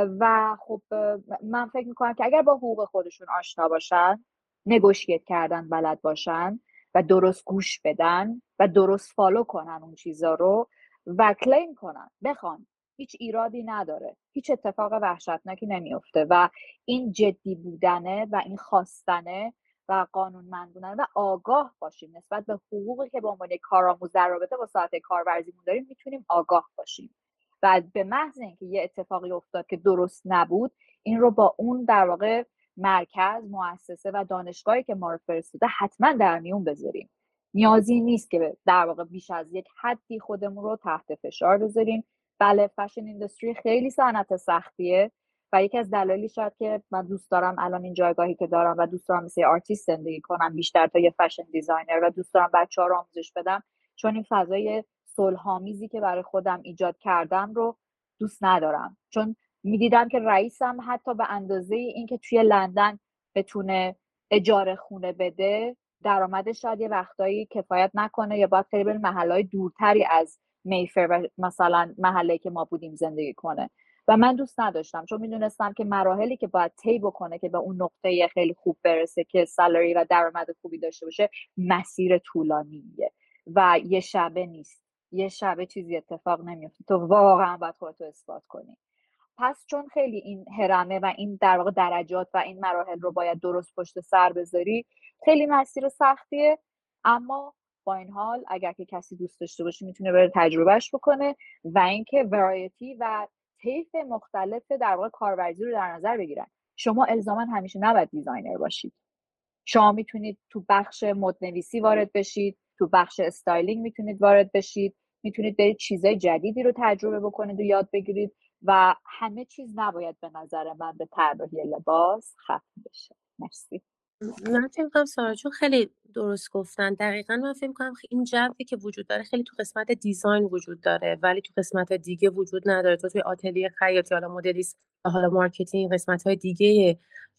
و خب من فکر میکنم که اگر با حقوق خودشون آشنا باشن، نگوشیت کردن بلد باشن و درست گوش بدن و درست فالو کنن اون چیزا رو و کلیم کنن، بخوان، هیچ ایرادی نداره، هیچ اتفاق وحشتناکی نمیفته و این جدی بودنه و این خواستنه و قانونمند بودن و آگاه باشیم نسبت به حقوقی که به عنوان کارآموز در رابطه با ساعت کارورزیمون داریم، میتونیم آگاه باشیم و به محض اینکه یه اتفاقی افتاد که درست نبود، این رو با اون در واقع مرکز، مؤسسه و دانشگاهی که ما رو فرستاده حتما در میون بذاریم. نیازی نیست که در واقع بیش از یک حدی خودمون رو تحت فشار بذاریم بله فشن اینداستری خیلی صنعت سختیه و یکی از دلایلی شاید که من دوست دارم الان این جایگاهی که دارم و دوست دارم مثل آرتیست زندگی کنم بیشتر تا یه فشن دیزاینر و دوست دارم بچه‌ها رو آموزش بدم، چون این فضای صلح‌آمیزی که برای خودم ایجاد کردم رو دوست ندارم. چون میدیدم که رئیسم حتی به اندازه این که توی لندن بتونه اجاره خونه بده، درآمدش شاید یه وقتایی کفایت نکنه یا باید خیلی بره محلهای دورتری از میفر و مثلا محله که ما بودیم زندگی کنه و من دوست نداشتم، چون میدونستم که مراحلی که باید طی بکنه که به اون نقطه خیلی خوب برسه که سالری و درآمد خوبی داشته باشه مسیر طولانیه و یه شبه نیست، یه شبه چیزی اتفاق نمیفته، تو واقعا باید خودتو اثبات کنی. پس چون خیلی این هرمه و این در واقع درجات و این مراحل رو باید درست پشت سر بذاری، خیلی مسیر سختیه، اما با این حال اگر که کسی دوست داشته باشه میتونه بره تجربهش بکنه و اینکه ورایتی و طیف مختلف در واقع کارورزی رو در نظر بگیرن. شما الزاما همیشه نباید دیزاینر باشید، شما میتونید تو بخش مدنویسی وارد بشید، تو بخش استایلینگ میتونید وارد بشید، میتونید برید چیزای جدیدی رو تجربه بکنید و یاد بگیرید و همه چیز نباید به نظر من به طراحی لباس ختم بشه. مرسی. من فکر می‌کنم سارا جون خیلی درست گفتن. دقیقاً من فکر می‌کنم این جوی که وجود داره خیلی تو قسمت دیزاین وجود داره ولی تو قسمت دیگه وجود نداره. تو توی آتلیه خیاطی، حالا مدلیست، حالا مارکتینگ، قسمت‌های دیگه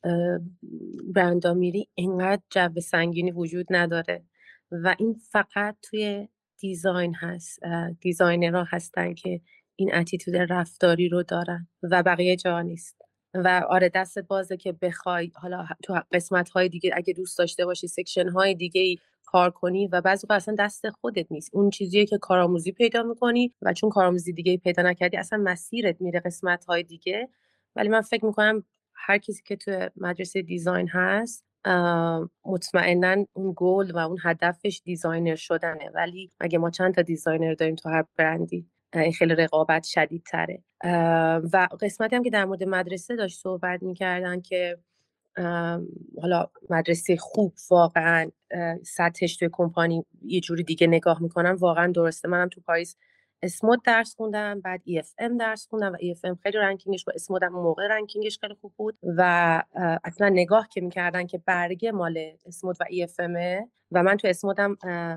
برندا میری اینقدر جو سنگینی وجود نداره و این فقط توی دیزاین هست. دیزاینرها هستن که این اتیتود رفتاری رو دارن و بقیه جا نیست. و آره دست بازه که بخوای حالا تو قسمت‌های دیگه اگه دوست داشته باشی سکشن‌های دیگه کار کنی و بعضی وقتا اصلا دست خودت نیست، اون چیزیه که کارآموزی پیدا می‌کنی و چون کارآموزی دیگه پیدا نکردی اصلا مسیرت میره قسمت‌های دیگه. ولی من فکر می‌کنم هر کسی که تو مدرسه دیزاین هست مطمئناً اون گل و اون هدفش دیزاینر شدنه، ولی اگه ما چند تا دیزاینر داریم تو هر برندی این خیلی رقابت شدید تره. و قسمتی هم که در مورد مدرسه داشت صحبت میکردن که حالا مدرسه خوب واقعا سطحش توی کمپانی یه جوری دیگه نگاه میکنن، واقعا درسته. منم تو پاریس اسمود درس خوندم، بعد ای اف ام درس خوندم و ای اف ام خیلی رنکینگش با اسمود هم موقع رنکینگش خیلی خوب بود و اصلا نگاه که میکردن که برگه مال اسمود و ای اف امه و من تو اسمودم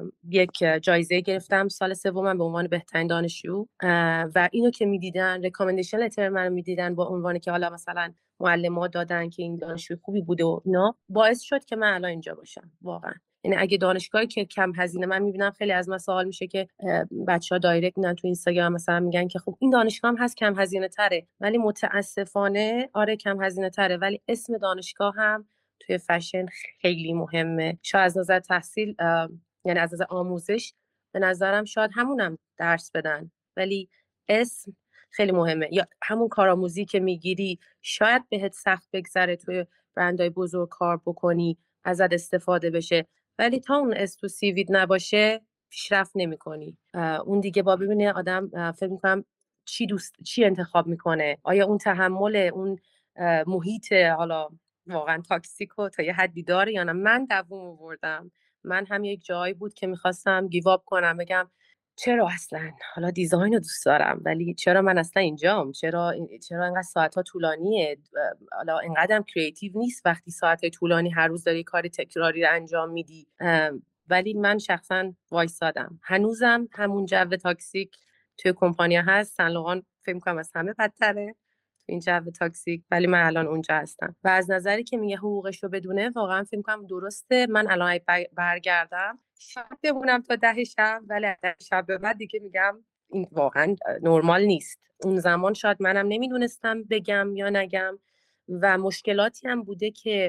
یک جایزه گرفتم سال سومم به عنوان بهترین دانشجو و اینو که میدیدن ریکامندیشن لتر منو میدیدن با عنوانی که حالا مثلا معلم‌ها دادن که این دانشجو خوبی بوده و اینا، باعث شد که من الان اینجا باشم واقعا. یعنی اگه دانشگاهی که کم هزینه، من میبینم خیلی از من سوال میشه که بچه‌ها دایرکت میدن تو اینستاگرام مثلا میگن که خب این دانشگاه هم هست کم هزینه تره، ولی متاسفانه آره کم هزینه تره ولی اسم دانشگاه هم توی فشن خیلی مهمه. شاید از نظر تحصیل یعنی از نظر آموزش به نظرم شاید همونم درس بدن ولی اسم خیلی مهمه. یا همون کارآموزی که میگیری شاید بهت سخت بگذره توی برندهای بزرگ کار بکنی ازت استفاده بشه، ولی تا اون اس تو سی وید نباشه پیشرفت نمی‌کنی. اون دیگه با ببینه آدم فکر می‌کنم چی دوست چی انتخاب میکنه، آیا اون تحمل اون محیط حالا واقعا تاکسیکو تا یه حدی داره یا نه. من دووم آوردم، من هم یک جایی بود که میخواستم گیو آپ کنم، بگم چرا اصلا حالا دیزاین رو دوست دارم ولی چرا من اصلا اینجام، چرا چرا اینقدر ساعت‌ها طولانیه، حالا اینقدرم کریتیو نیست وقتی ساعت‌های طولانی هر روز داری کاری تکراری رو انجام میدی. ولی من شخصا وایسادم، هنوزم همون جو تاکسیک توی کمپانیا هست. سن لوران فکر می‌کنم از همه بدتره این جو تاکسیک، ولی من الان اونجا هستم و از نظری که میگه حقوقش رو بدونه واقعا فکر می‌کنم درسته. من الان برگردم شب بمونم تا ده شب، ولی از ده شب به بعد دیگه میگم این واقعا نرمال نیست. اون زمان شاید منم نمیدونستم بگم یا نگم و مشکلاتی هم بوده که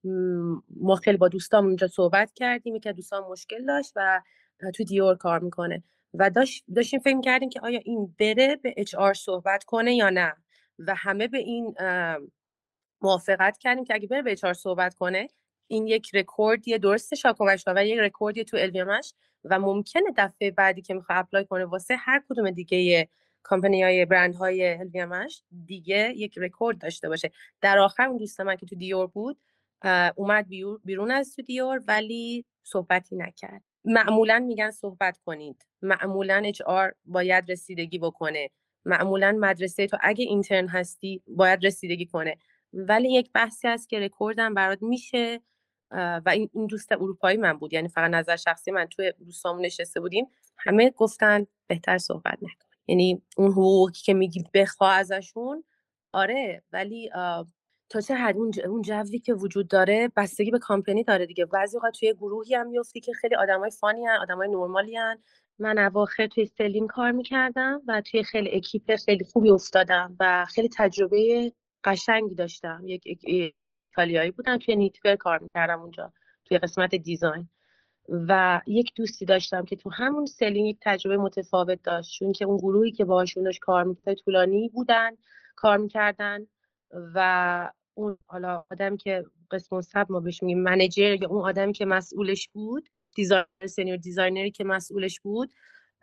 ما خیلی با دوستام اونجا صحبت کردیم که دوستام مشکل داشت و تو دیور کار میکنه و داشت داشتیم فکر کردیم که آیا این بره به اچ آر صحبت کنه یا نه و همه به این موافقت کردیم که اگه بره به اچ آر صحبت کنه این یک رکوردیه، درسته شاکومش و یک رکوردیه تو الویمش و ممکنه دفعه بعدی که میخواد اپلای کنه واسه هر کدوم دیگه کمپانی‌های برندهای الویمش دیگه یک رکورد داشته باشه. در آخر اون دوست من که تو دیور بود اومد بیرون از تو دیور ولی صحبتی نکرد. معمولا میگن صحبت کنید، معمولا اچ آر باید رسیدگی بکنه معمولا مدرسه تو اگه اینترن هستی باید رسیدگی کنه، ولی یک بحثی هست که رکوردم برات میشه و این این دوست اروپایی من بود، یعنی فقط نظر شخصی من، توی دوستامون نشسته بودیم همه گفتن بهتر صحبت نکن، یعنی اون حقوقی که میگی بخوا ازشون آره، ولی تا چه حد اون اون جوی که وجود داره بستگی به کامپنی داره دیگه. بعضی وقت توی گروهی هم میافتی که خیلی آدمای فانی ان، آدمای نرمالی ان. من اواخر توی سلین کار میکردم و توی خیلی اکیپ خیلی خوبی افتادم و خیلی تجربه قشنگی داشتم. یک ایتالیایی بودم توی نیتور کار میکردم اونجا توی قسمت دیزاین و یک دوستی داشتم که تو همون سلین یک تجربه متفاوت داشت، چون که اون گروهی که باهاشون داشت کار میکرد طولانی بودن کار میکردن و اون حالا آدم که قسم سب ما بهش میگیم منیجر یا اون آدمی که مسئولش بود، دیزاینر سینیور دیزاینری که مسئولش بود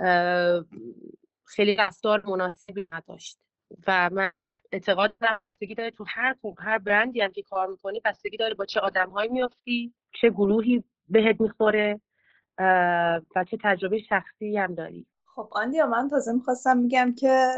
خیلی رفتار مناسبی نداشت و من اعتقاد دارم بستگی داره تو هر هر برندی هم که کار میکنی بستگی داره با چه آدم‌هایی میافتی، چه گروهی بهت میخوره و چه تجربه شخصی هم داری. خب آندیا، من تازه میخواستم میگم که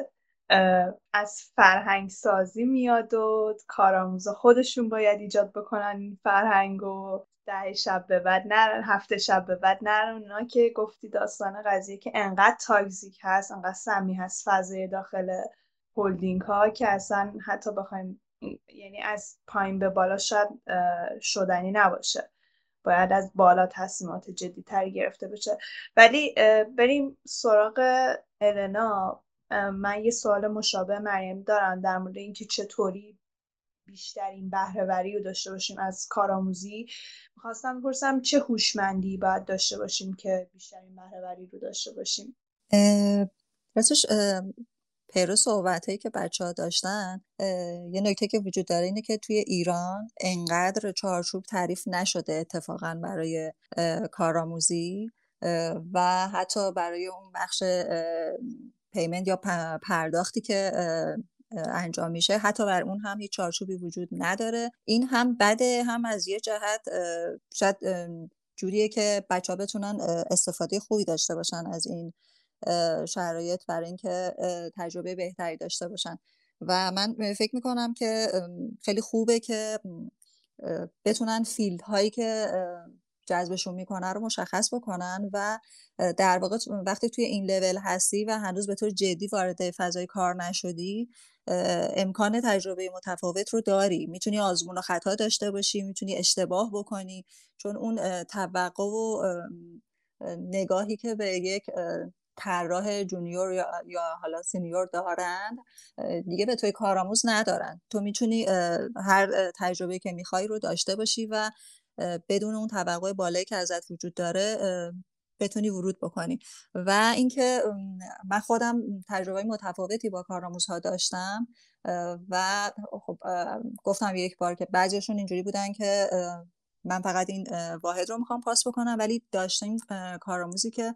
از فرهنگ سازی میاد و کارآموزا خودشون باید ایجاد بکنن این فرهنگ و ده شب به بعد نرن، هفته شب به بعد نرن. اونا که گفتی داستان قضیه که انقدر تاکسیک هست، انقدر سمی هست فضای داخل هولدینگ ها که اصلا حتی بخوایم یعنی از پایین به بالا شاید شدنی نباشه، باید از بالا تصمیمات جدی تری گرفته بشه. ولی بریم سراغ النا. من یه سوال مشابه مریم دارم در مورد اینکه چطوری بیشترین بهره‌وری رو داشته باشیم از کارآموزی. میخواستم بپرسم چه هوشمندی باید داشته باشیم که بیشترین بهره‌وری رو داشته باشیم؟ راستش پیرو صحبتایی که بچه ها داشتن، یه نکته که وجود داره اینه که توی ایران انقدر چارچوب تعریف نشده اتفاقا برای کارآموزی و حتی برای اون بخش پیمنت یا پرداختی که انجام میشه، حتی بر اون هم هیچ چارچوبی وجود نداره. این هم بده، هم از یه جهت شاید جوریه که بچه ها بتونن استفاده خوبی داشته باشن از این شرایط برای اینکه تجربه بهتری داشته باشن. و من فکر میکنم که خیلی خوبه که بتونن فیلد هایی که جذبشون میکنه رو مشخص بکنن و در واقع وقتی توی این لول هستی و هنوز به طور جدی وارد فضای کار نشدی، امکان تجربه متفاوت رو داری، میتونی آزمون و خطا داشته باشی، میتونی اشتباه بکنی، چون اون توقع و نگاهی که به یک طراح جونیور یا یا حالا سینیور دارن دیگه به توی کارآموز ندارن. تو میتونی هر تجربه که میخوای رو داشته باشی و بدون اون توقع بالایی که ازت وجود داره بتونی ورود بکنی. و اینکه من خودم تجربه متفاوتی با کارآموزها داشتم و خب گفتم یک بار که بعضیشون اینجوری بودن که من فقط این واحد رو میخوام پاس بکنم، ولی داشتیم کارآموزی که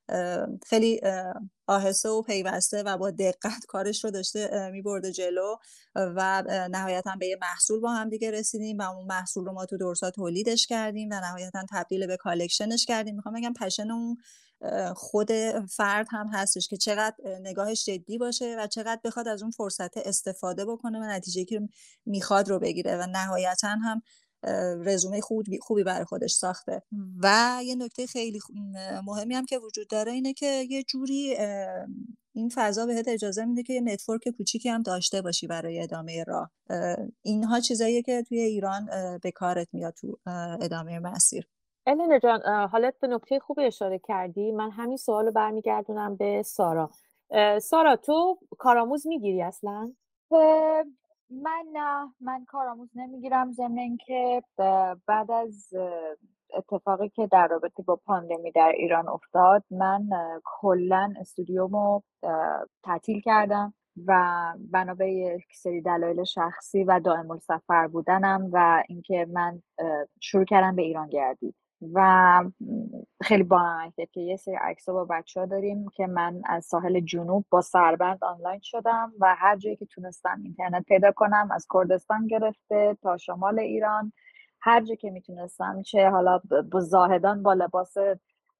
خیلی آهسته و پیوسته و با دقت کارش رو داشته میبرده جلو و نهایتا به یه محصول با هم دیگه رسیدیم و اون محصول رو ما تو دورسا تولیدش کردیم و نهایتا تبدیل به کالکشنش کردیم. میخوام بگم پشن اون خود فرد هم هستش که چقدر نگاهش جدی باشه و چقدر بخواد از اون فرصت استفاده بکنه و نتیجه‌ای که میخواد رو بگیره و نهایتا هم رزومه خوبی خوبی برای خودش ساخته. و یه نکته خیلی مهمی هم که وجود داره اینه که یه جوری این فضا بهت اجازه میده که یه نتورک کوچیکی هم داشته باشی برای ادامه راه. اینها چیزاییه که توی ایران به کارت میاد تو ادامه مسیر. النا جان، حالت به نکته خوبی اشاره کردی. من همین سوالو برمیگردونم به سارا. سارا، تو کارآموز میگیری اصلا؟ من نه، من کارآموز نمیگیرم. ضمن اینکه بعد از اتفاقی که در رابطه با پاندمی در ایران افتاد، من کلا استودیومو تعطیل کردم و بنا به یک سری دلایل شخصی و دائم السفر بودنم و اینکه من شروع کردم به ایران گردید و خیلی بامزه که یه سری عکس‌ها با بچه‌ها داریم که من از ساحل جنوب با سربند آنلاین شدم و هر جایی که تونستم اینترنت پیدا کنم، از کردستان گرفته تا شمال ایران، هر جایی که میتونستم، چه حالا با زاهدان با لباس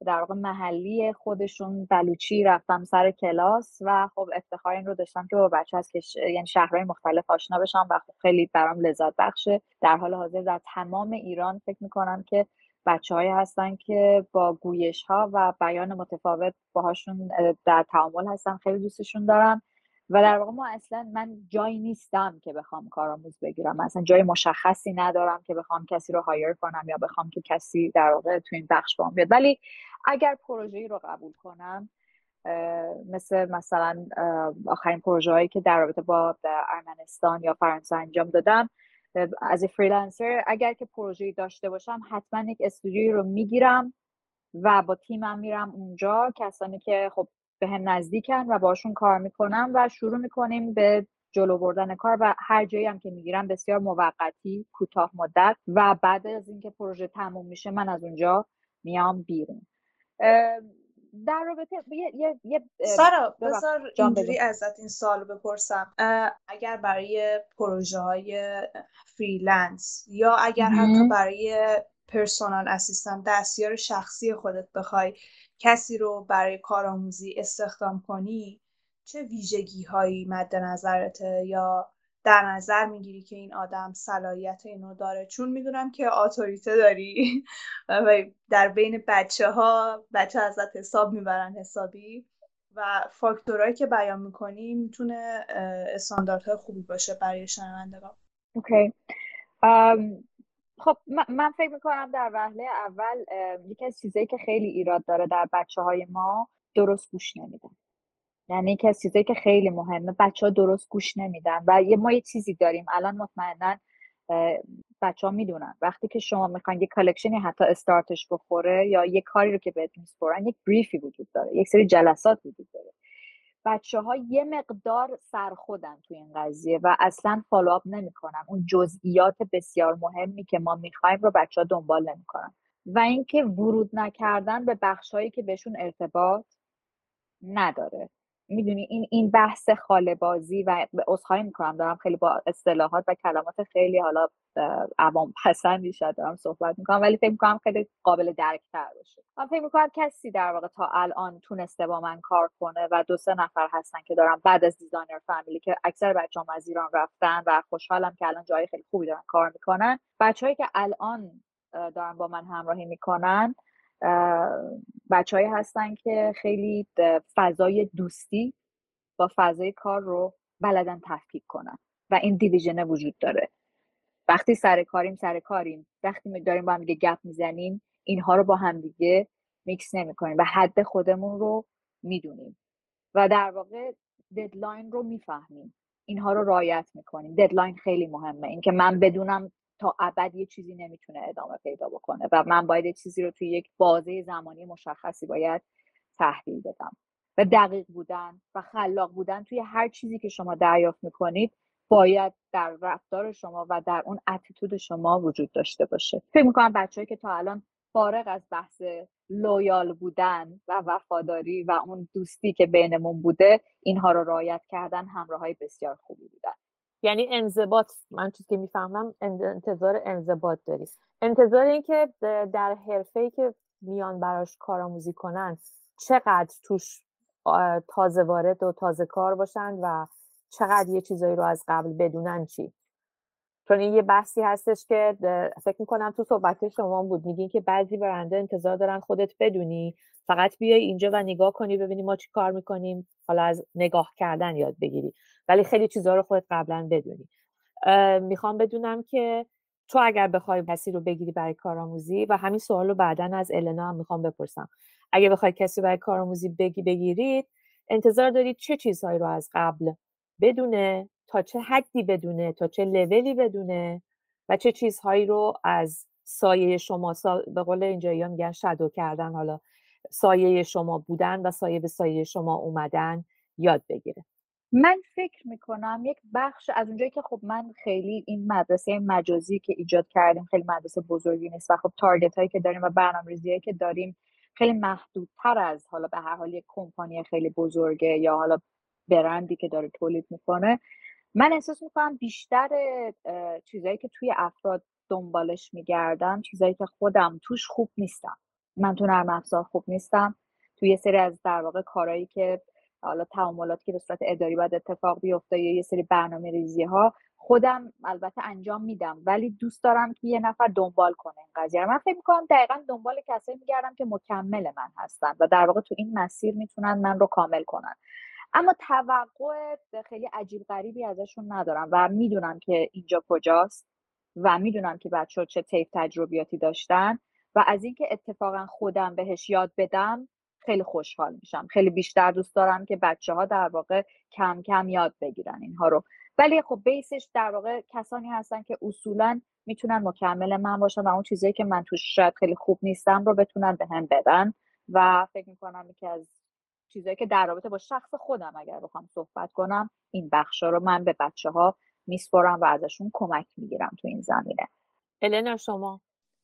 در واقع محلی خودشون بلوچی رفتم سر کلاس و خب افتخار این رو داشتم که با بچه از کش... یعنی شهرهای مختلف آشنا بشم و خب خیلی برام لذت بخشه. در حال حاضر در تمام ایران فکر میکنم که بچه‌هایی هستن که با گویش ها و بیان متفاوت باهاشون در تعامل هستم، خیلی دوستشون دارم و در واقع ما اصلا من جایی نیستم که بخوام کارآموز بگیرم، اصلا جای مشخصی ندارم که بخوام کسی رو هایر کنم یا بخوام که کسی در واقع تو این بخش بام بیاد. ولی اگر پروژه‌ای رو قبول کنم مثل مثلا آخرین پروژه‌هایی که در رابطه با ارمنستان یا فرانسه انجام دادم از فریلنسر، اگر که پروژه‌ای داشته باشم حتما یک استودیویی رو میگیرم و با تیمم میرم اونجا، کسانی که خب به هم نزدیکن و باشون کار میکنم و شروع میکنیم به جلو بردن کار و هر جایی هم که میگیرم بسیار موقتی، کوتاه مدت و بعد از اینکه پروژه تموم میشه من از اونجا میام بیرون. در رابطه یه یه یه سارا بذار اینجوری ازت این سوالو بپرسم، اگر برای پروژه های فریلنس یا اگر حتی برای پرسونال اسیستنت دستیار شخصی خودت بخوای کسی رو برای کارآموزی استخدام کنی، چه ویژگی هایی مد نظرته یا در نظر میگیری که این آدم صلاحیت اینو داره؟ چون میدونم که اتوریته داری و در بین بچه ها بچه ازت حساب میبرن حسابی و فاکتورهایی که بیان میکنی میتونه استانداردهای خوبی باشه برای شنوندگان. اوکی. خب من فکر میکنم در وهله اول یکی از چیزایی که خیلی ایراد داره در بچه های ما درست گوش نمیدن. یعنی یکی از چیزایی که خیلی مهمه بچه ها درست گوش نمیدن و یه ما یه چیزی داریم الان مطمئنا بچه ها میدونن وقتی که شما میخواین یه کالکشنی حتی استارتش بخوره یا یه کاری رو که بهتون میسپارن یک بریفی وجود داره، یک سری جلسات وجود داره. بچه ها یه مقدار سرخودن توی این قضیه و اصلا فالوآپ نمیکنن، اون جزئیات بسیار مهمی که ما میخوایم رو بچه ها دنبال نمیکنن و اینکه ورود نکردن به بخشایی که بهشون ارتباط نداره. میدونی این این بحث خاله بازی و عذرخواهی میکنم دارم خیلی با اصطلاحات و کلمات خیلی حالا عوام پسندی شاید دارم صحبت میکنم ولی فکر میکنم خیلی قابل درک تر باشه. من فکر میکنم کسی در واقع تا الان تونسته با من کار کنه و دو سه نفر هستن که دارم بعد از دیزاینر فامیلی که اکثر بچه‌ام از ایران رفتن و خوشحالم که الان جای خیلی خوبی دارن کار میکنن. بچه‌هایی که الان دارن با من همراهی میکنن بچه‌هایی هستن که خیلی فضای دوستی با فضای کار رو بلدن تفکیک کنن و این دیویژن وجود داره. وقتی سر کاریم سر کاریم وقتی داریم با هم دیگه گپ میزنیم اینها رو با هم دیگه میکس نمی‌کنیم و حد خودمون رو میدونیم و در واقع ددلاین رو میفهمیم، اینها رو رعایت میکنیم. ددلاین خیلی مهمه، اینکه من بدونم تا ابد یه چیزی نمیتونه ادامه پیدا بکنه و من باید یه چیزی رو توی یک بازه زمانی مشخصی باید تحویل بدم و دقیق بودن و خلاق بودن توی هر چیزی که شما دریافت میکنید باید در رفتار شما و در اون اتیتود شما وجود داشته باشه. فکر میکنم بچه‌ای که تا الان فارغ از بحث لویال بودن و وفاداری و اون دوستی که بینمون بوده اینها رو رعایت کردن همراهای بسیار خوبی بودن. یعنی انضباط، من چیزی که میفهمم انتظار انضباط داری، انتظار این که در حرفه‌ای که میان براش کارآموزی کنن چقدر توش تازه وارد و تازه کار باشن و چقدر یه چیزایی رو از قبل بدونن. چی؟ چون این یه بحثی هستش که فکر میکنم تو صحبت شما بود، میگین که بعضی برنده انتظار دارن خودت بدونی، فقط بیای اینجا و نگاه کنی ببینی ما چی کار میکنیم، حالا از نگاه کردن یاد بگیری، ولی خیلی چیزا رو خودت قبلا بدونی. میخوام بدونم که تو اگر بخوای کسی رو بگیری برای کارآموزی، و همین سوال رو بعداً از النا هم میخوام بپرسم، اگه بخوای کسی برای کارآموزی بگی بگیرید انتظار دارید چه چیزهایی رو از قبل بدونه، تا چه حدی بدونه، تا چه لولی بدونه و چه چیزهایی رو از سایه شما سا... به قول اینجایی‌ها میگن شادو کردن، حالا سایه شما بودن و سایه به سایه شما اومدن یاد بگیره. من فکر میکنم یک بخش از اونجایی که خب من خیلی این مدرسه مجازی که ایجاد کردیم خیلی مدرسه بزرگی نیست و خب تارگت هایی که داریم و برنامه‌ریزی هایی که داریم خیلی محدودتر از حالا به هر حال یک کمپانی خیلی بزرگه یا حالا برندی که داره تولید میکنه. من احساس میکنم بیشتر چیزایی که توی افراد دنبالش میگردم چیزایی که خودم توش خوب نیستم. من تو نرم افزار خوب نیستم، توی یه سری از در واقع کارهایی که حالا تعاملاتی که به صورت اداری باید اتفاق بیفته یا یه سری برنامه ریزی ها خودم البته انجام میدم، ولی دوست دارم که یه نفر دنبال کنه این قضیه رو. من فکر میکنم دقیقاً دنبال کسایی میگردم که مکمل من هستن و در واقع تو این مسیر میتونن من رو کامل کنن. اما توقع خیلی عجیب غریبی ازشون ندارم و میدونم که اینجا کجاست و میدونم که بچه‌ها چه طیف تجربیاتی داشتن و از اینکه اتفاقا خودم بهش یاد بدم خیلی خوشحال میشم. خیلی بیشتر دوست دارم که بچه‌ها در واقع کم کم یاد بگیرن اینها رو. ولی خب بیسش در واقع کسانی هستن که اصولا میتونن مکمل من باشن و اون چیزایی که من توش شاید خیلی خوب نیستم رو بتونن به هم بدن و فکر میکنم که از چیزایی که در رابطه با شخص خودم اگر بخوام صحبت کنم این بخشا رو من به بچه‌ها میسپارم و ازشون کمک میگیرم تو این زمینه. النا شما؟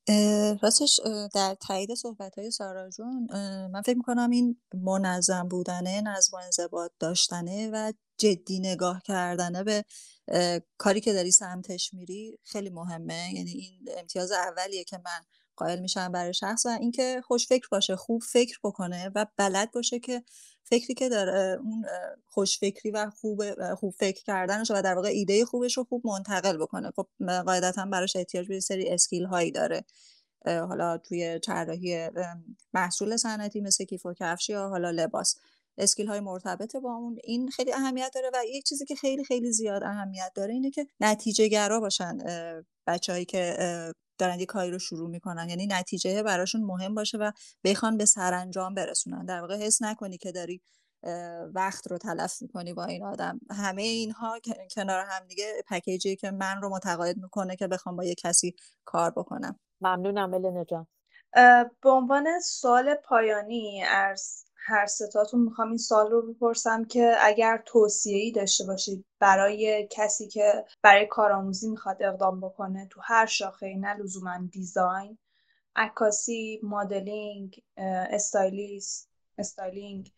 راستش در تایید صحبت‌های سارا جون، من فکر می‌کنم این منظم بودنه، نظم و انضباط داشتنه و جدی نگاه کردنه به کاری که داری سمتش میری خیلی مهمه. یعنی این امتیاز اولیه که من قائل میشم برای شخص، و اینکه خوش فکر باشه، خوب فکر بکنه و بلد باشه که فکری که داره اون خوش فکری و خوب خوب فکر کردنش و در واقع ایده خوبش رو خوب منتقل بکنه. خب قاعدتاً براش احتیاج به سری اسکیل هایی داره، حالا توی طراحی محصول صنعتی مثل کیف و کفش یا حالا لباس اسکیل های مرتبط با اون، این خیلی اهمیت داره. و یک چیزی که خیلی خیلی زیاد اهمیت داره اینه که نتیجه گرا باشن بچه‌هایی که دارن یه کاری رو شروع میکنن، یعنی نتیجه براشون مهم باشه و بخوان به سرانجام برسونن. در واقع حس نکنی که داری وقت رو تلف میکنی با این آدم. همه اینها کنار هم دیگه پکیجی که من رو متقاعد میکنه که بخوام با یه کسی کار بکنم. ممنونم النا جان. به عنوان سوال پایانی از هر ستاتون میخوام این سوال رو بپرسم که اگر توصیه‌ای داشته باشید برای کسی که برای کارآموزی میخواد اقدام بکنه تو هر شاخه‌ای، نه لزوما دیزاین، عکاسی، مدلینگ، استایلیست، استایلینگ،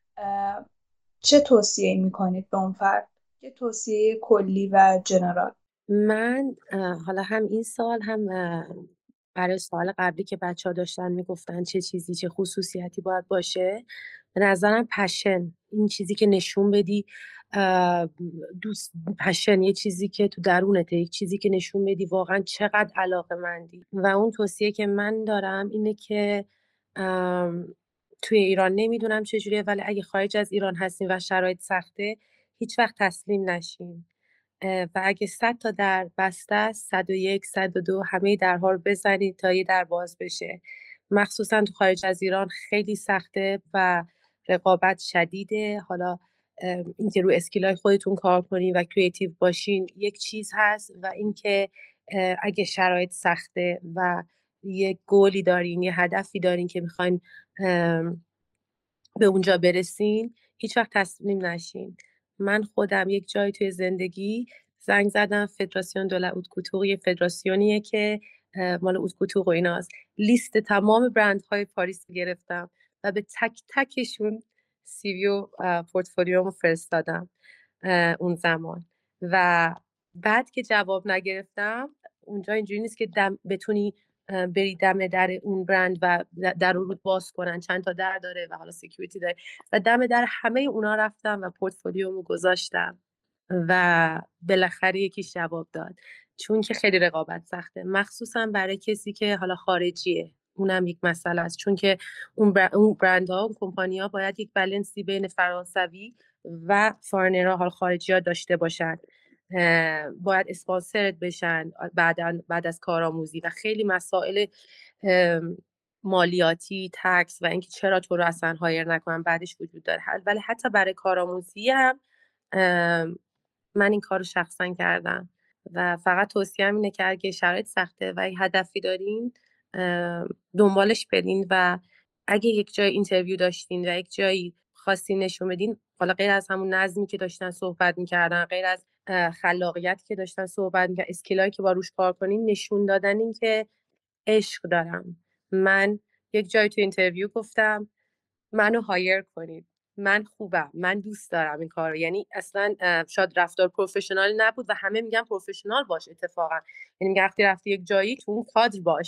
چه توصیه‌ای میکنید به اون فرد؟ یه توصیه کلی و جنرال. من حالا هم این سال هم برای سوال قبلی که بچه ها داشتن میگفتن چه چیزی چه خصوصیتی باید باشه، به نظرم پشن، این چیزی که نشون بدی دوست، پشن یه چیزی که تو درونته، یک چیزی که نشون بدی واقعا چقدر علاقه مندی. و اون توصیه که من دارم اینه که توی ایران نمیدونم چجوریه، ولی اگه خارج از ایران هستین و شرایط سخته هیچ وقت تسلیم نشین و اگه صد تا در بسته است، صد و یک، صد و دو همه درها رو بزنید تا یه در باز بشه. مخصوصا تو خارج از ایران خیلی سخته و رقابت شدیده. حالا اینکه رو اسکیلای خودتون کار کنین و کریتیو باشین یک چیز هست، و اینکه اگه شرایط سخته و یه گولی دارین، یه هدفی دارین که میخواین به اونجا برسین، هیچ وقت تسلیم نشین. من خودم یک جایی توی زندگی زنگ زدم فدراسیون دو لا اوت کوتور، یه فدراسیونیه که مال اوت کوتور و ایناست، لیست تمام برندهای پاریس گرفتم و به تک تکشون سی وی و پورتفولیومو فرستادم اون زمان. و بعد که جواب نگرفتم، اونجا اینجوری نیست که دم بتونی بری دم در اون برند و در رو باز کنن، چند تا در داره و حالا سکیوریتی داره، و دم در همه اونا رفتم و پورتفولیومو گذاشتم و بالاخره یکیش جواب داد. چون که خیلی رقابت سخته، مخصوصا برای کسی که حالا خارجیه، اونم یک مسئله است، چون که اون بر... اون برندها، اون کمپانی‌ها باید یک بالانسی بین فرانسوی و فارنرها، حال خارجی‌ها داشته باشن، باید اسپانسرت بشن بعد بعد از کارآموزی و خیلی مسائل مالیاتی، تکس و اینکه چرا تو رو اصلا هایر نکنن بعدش وجود داره. ولی حتی برای کارآموزی هم من این کارو شخصا کردم و فقط توصیه‌ام اینه که اگه شرایط سخته و هدفی دارین دنبالش برین، و اگه یک جای اینترویو داشتین و یک جایی خواستین نشون بدین، حالا غیر از همون نظمی که داشتن صحبت می‌کردن، غیر از خلاقیت که داشتن صحبت می‌کردن، اسکیلایی که با روش کار کنین، نشون دادن این که عشق دارم. من یک جای تو اینترویو گفتم منو هایر کنید، من خوبم، من دوست دارم این کارو. یعنی اصلا شاید رفتار پروفشنال نبود و همه میگن پروفشنال باش، اتفاقا یعنی میگن وقتی رفتی یک جایی تو اون کادر باش،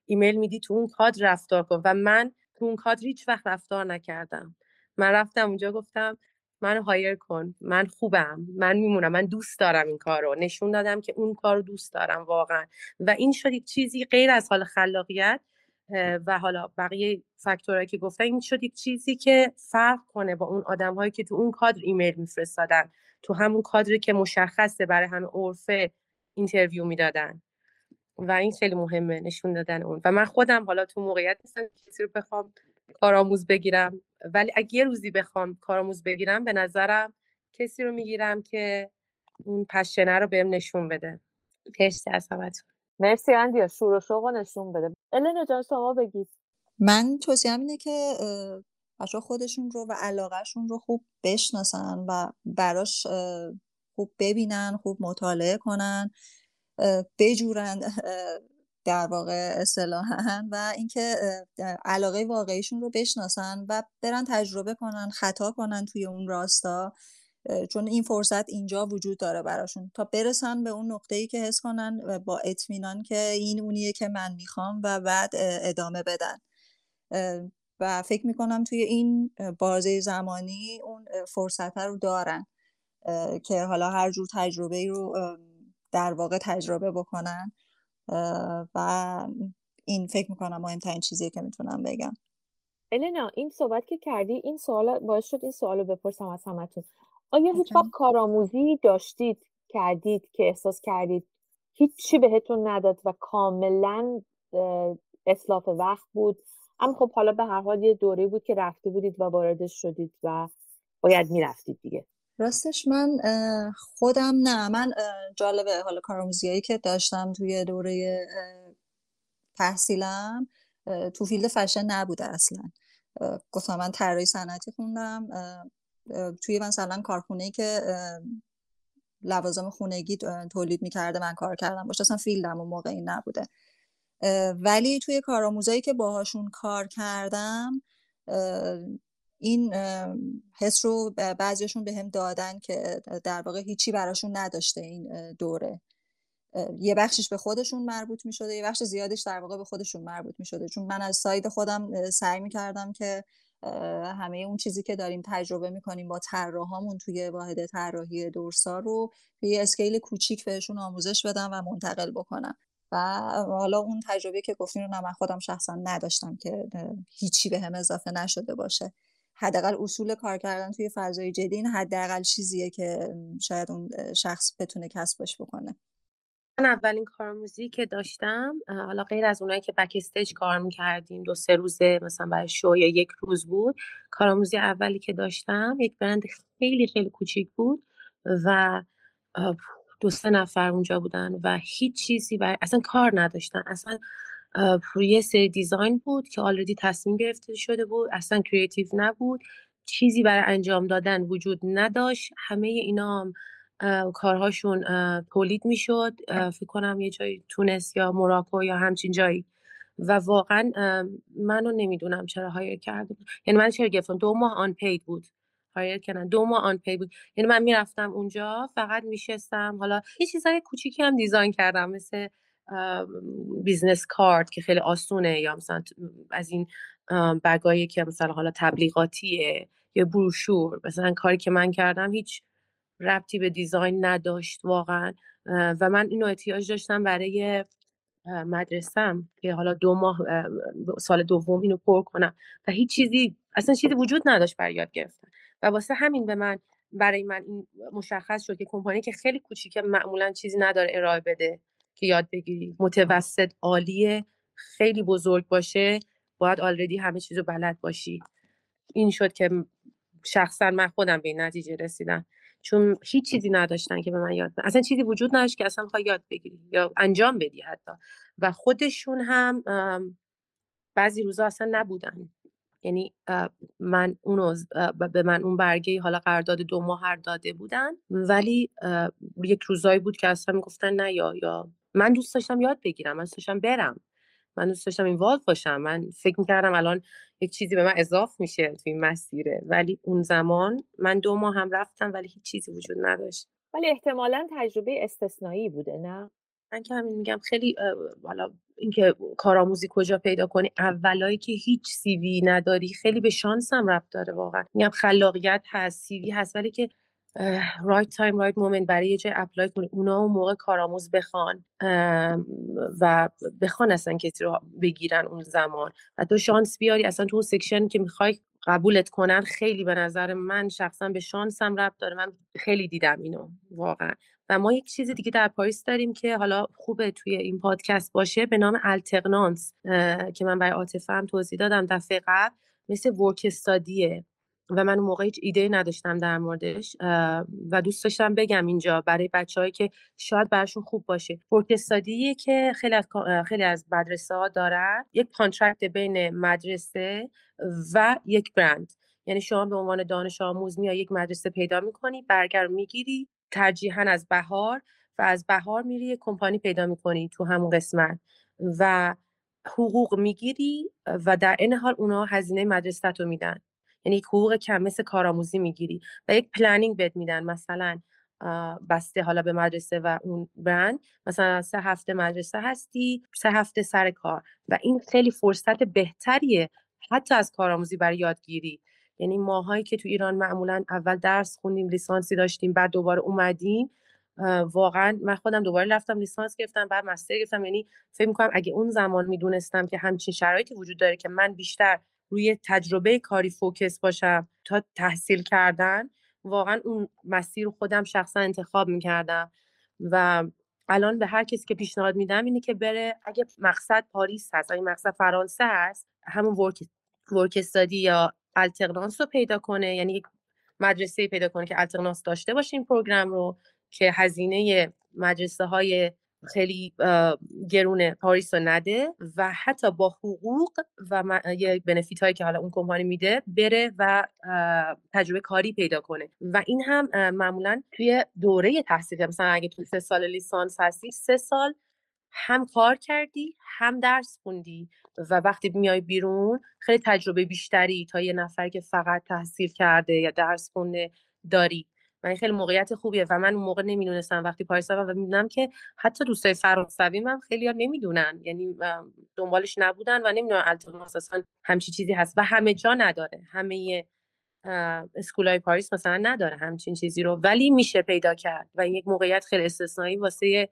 ایمیل میدی تو اون کادر رفتار کن و من تو اون کادر هیچ وقت رفتار نکردم. من رفتم اونجا گفتم منو هایر کن، من خوبم، من میمونم، من دوست دارم این کارو. نشون دادم که اون کارو دوست دارم واقعا و این شد یک چیزی غیر از حال خلاقیت و حالا بقیه فاکتورهایی که گفتم، این شد یک چیزی که فرق کنه با اون آدم‌هایی که تو اون کادر ایمیل میفرستادن، تو همون کادری که مشخصه برای همه عرفه اینترویو میدادن و این خیلی مهمه نشون دادن اون. و من خودم حالا تو موقعیت نیستم کسی رو بخوام کارآموز بگیرم، ولی اگه یه روزی بخوام کارآموز بگیرم به نظرم کسی رو میگیرم که اون پشنه رو بهم نشون بده. مرسی از همتون. مرسی اندیا، شور و شوق نشون بده. النا جان شما بگید. من توصیه‌ام اینه که بچه‌ها خودشون رو و علاقهشون رو خوب بشناسن و براش خوب ببینن، خوب مطالعه کنن، بجورن در واقع اصطلاحاً، و اینکه علاقه واقعیشون رو بشناسن و برن تجربه کنن، خطا کنن توی اون راستا، چون این فرصت اینجا وجود داره براشون تا برسن به اون نقطه‌ای که حس کنن با اطمینان که این اونیه که من میخوام و بعد ادامه بدن. و فکر میکنم توی این بازه زمانی اون فرصت رو دارن که حالا هر جور تجربه رو در واقع تجربه بکنن و این فکر میکنم مهمترین چیزیه که میتونم بگم. النا این صحبت که کردی، این سوال باعث شد این سوالو بپرسم از همتون. آیا هیچ وقت کارآموزی داشتید کردید که احساس کردید هیچی بهتون نداد و کاملا اتلاف وقت بود، اما خب حالا به هر حال یه دوره بود که رفته بودید و واردش شدید و باید میرفتید دیگه؟ راستش من خودم نه، من جالبه حالا کارآموزیایی که داشتم توی دوره تحصیلم تو فیلد فشن نبوده اصلا. گفتم من طراحی صنعتی خوندم، توی مثلا کارخونه‌ای که لوازم خونگی تولید می‌کرده من کار کردم باشه، اصلا فیلدم اون موقع این نبوده. ولی توی کارآموزایی که باهاشون کار کردم این حس رو بعضیشون بهم دادن که در واقع هیچی براشون نداشته این دوره. یه بخشش به خودشون مربوط می شده، یه بخش زیادش در واقع به خودشون مربوط می شده، چون من از ساید خودم سعی می کردم که همه اون چیزی که داریم تجربه می کنیم با طراحامون توی واحد طراحی دورسا رو یه اسکیل کوچیک بهشون آموزش بدم و منتقل بکنم. و حالا اون تجربه که گفتین رو من خودم شخصا نداشتم که هیچی بهم اضافه نشده باشه. حداقل اصول کار کردن توی فضای جدی این حداقل چیزیه که شاید اون شخص بتونه کسبش بکنه. من اولین کارآموزی که داشتم، حالا غیر از اونایی که بک استیج کار می‌کردیم دو سه روزه مثلا برای شو یا یک روز بود، کارآموزی اولی که داشتم یک برند خیلی خیلی کوچیک بود و دو سه نفر اونجا بودن و هیچ چیزی برای اصلا کار نداشتن. اصلا یه سری دیزاین بود که آلردی تصمیم گرفته شده بود، اصلا کریتیو نبود، چیزی برای انجام دادن وجود نداشت. همه اینا هم کارهاشون تولید میشد فکر کنم یه جایی تونس یا موراکو یا همچین جایی و واقعا منو نمیدونم چرا هایر کرده بود. یعنی من چرا گفتم دو ماه آن پید بود هایر کردن، دو ماه آن پید بود. یعنی من میرفتم اونجا فقط میشستم، حالا یه چیزای کوچیکی هم دیزاین کردم مثل بیزنس کارت که خیلی آسونه، یا مثلا از این بگایی که مثلا حالا تبلیغاتیه یا بروشور. مثلا کاری که من کردم هیچ ربطی به دیزاین نداشت واقعا و من اینو احتیاج داشتم برای مدرسم که حالا دو ماه سال دوم اینو پر کنم و هیچ چیزی اصلا چیزی وجود نداشت برای یاد گرفتن و واسه همین به من برای من این مشخص شد که کمپانی که خیلی کوچیکه معمولا چیزی نداره ارائه بده که یاد بگیری. متوسط عالیه، خیلی بزرگ باشه باید آلردی همه چیزو بلد باشی. این شد که شخصا من خودم به این نتیجه رسیدم، چون هیچ چیزی نداشتن که به من یاد بدن. اصلا چیزی وجود نداشت که اصلا بخوای یاد بگیری یا انجام بدی حتی. و خودشون هم بعضی روزا اصلا نبودن. یعنی من اونو به من اون برگه حالا قرارداد دو ماه هر داده بودن، ولی یک روزایی بود که اصلا میگفتن نه یا یا من دوست داشتم یاد بگیرم، من دوست داشتم برم، من دوست داشتم اینوالو باشم، من فکر میکردم الان یک چیزی به من اضاف میشه توی این مسیره، ولی اون زمان من دو ماه هم رفتم ولی هیچ چیزی وجود نداشت. ولی احتمالاً تجربه استثنایی بوده نه؟ من که همین میگم خیلی حالا اینکه کارآموزی کجا پیدا کنی، اولایی که هیچ سی وی نداری خیلی به شانس هم ربط داره. واقعا میگم خلاقیت هست، سی وی هست، ولی که رایت تایم رایت مومنت برای یه جای اپلای کنی، اونا اون موقع کارآموز بخوان و بخوان اصلا کسی رو بگیرن اون زمان و تو شانس بیاری اصلا تو اون سکشن که میخوای قبولت کنن. خیلی به نظر من شخصا به شانس هم ربط داره. من خیلی دیدم اینو واقعا. و ما یک چیز دیگه در پاریس داریم که حالا خوبه توی این پادکست باشه، به نام الترنانس که من برای عاطفه هم توضیح دادم دفعه قبل. مثل ورک استادیه و من اون موقع هیچ ایده نداشتم در موردش و دوست داشتم بگم اینجا برای بچه‌هایی که شاید براشون خوب باشه. ورک استادیه که خیلی از خیلی از مدرسه‌ها دارن، یک کانترکت بین مدرسه و یک برند. یعنی شما به عنوان دانش آموز میای یک مدرسه پیدا می‌کنی، برگر رو می‌گیری، ترجیحاً از بهار، و از بهار میری یک کمپانی پیدا می‌کنی تو همون قسمت و حقوق می‌گیری و در این حال اونا هزینه مدرسه‌تو میدن. یعنی یک حقوق کم مثل کارآموزی میگیری و یک پلنینگ بهت میدن، مثلا بسته حالا به مدرسه و اون برند، مثلا سه هفته مدرسه هستی، سه هفته سر کار و این خیلی فرصت بهتریه حتی از کارآموزی برای یادگیری. یعنی ماهایی که تو ایران معمولا اول درس خوندیم، لیسانسی داشتیم، بعد دوباره اومدیم، واقعا من خودم دوباره رفتم لیسانس گرفتم، بعد مستر گرفتم. یعنی فکر می‌کنم اگه اون زمان میدونستم که همچین شرایطی وجود داره که من بیشتر روی تجربه کاری فوکس باشم تا تحصیل کردن، واقعا اون مسیر رو خودم شخصا انتخاب میکردم. و الان به هر کسی که پیشنهاد میدم اینه که بره، اگه مقصد پاریس هست، اگه مقصد فرانسه هست، همون ورک ورک استادی یا الترنانس رو پیدا کنه. یعنی یک مدرسه پیدا کنه که الترنانس داشته باشه این پروگرام رو، که هزینه مدرسه های خیلی گرونه پاریس رو نده و حتی با حقوق و یه بنفیت هایی که حالا اون کمپانی میده بره و تجربه کاری پیدا کنه. و این هم معمولا توی دوره تحصیل، مثلا اگه توی سه سال لیسانس هستی، سه سال هم کار کردی هم درس خوندی و وقتی میای بیرون خیلی تجربه بیشتری تا یه نفر که فقط تحصیل کرده یا درس خونده داری. و این خیلی موقعیت خوبیه و من اون موقع نمیدونستم. وقتی پاریس رفتم و میدونم که حتی دوستای فرانسوی من خیلی‌ها نمیدونن، یعنی دنبالش نبودن و نمیدونن الترنانس اصلا همچین چیزی هست و همه جا نداره. همه اسکولای پاریس مثلا نداره همچین چیزی رو، ولی میشه پیدا کرد و این یک موقعیت خیلی استثنایی واسه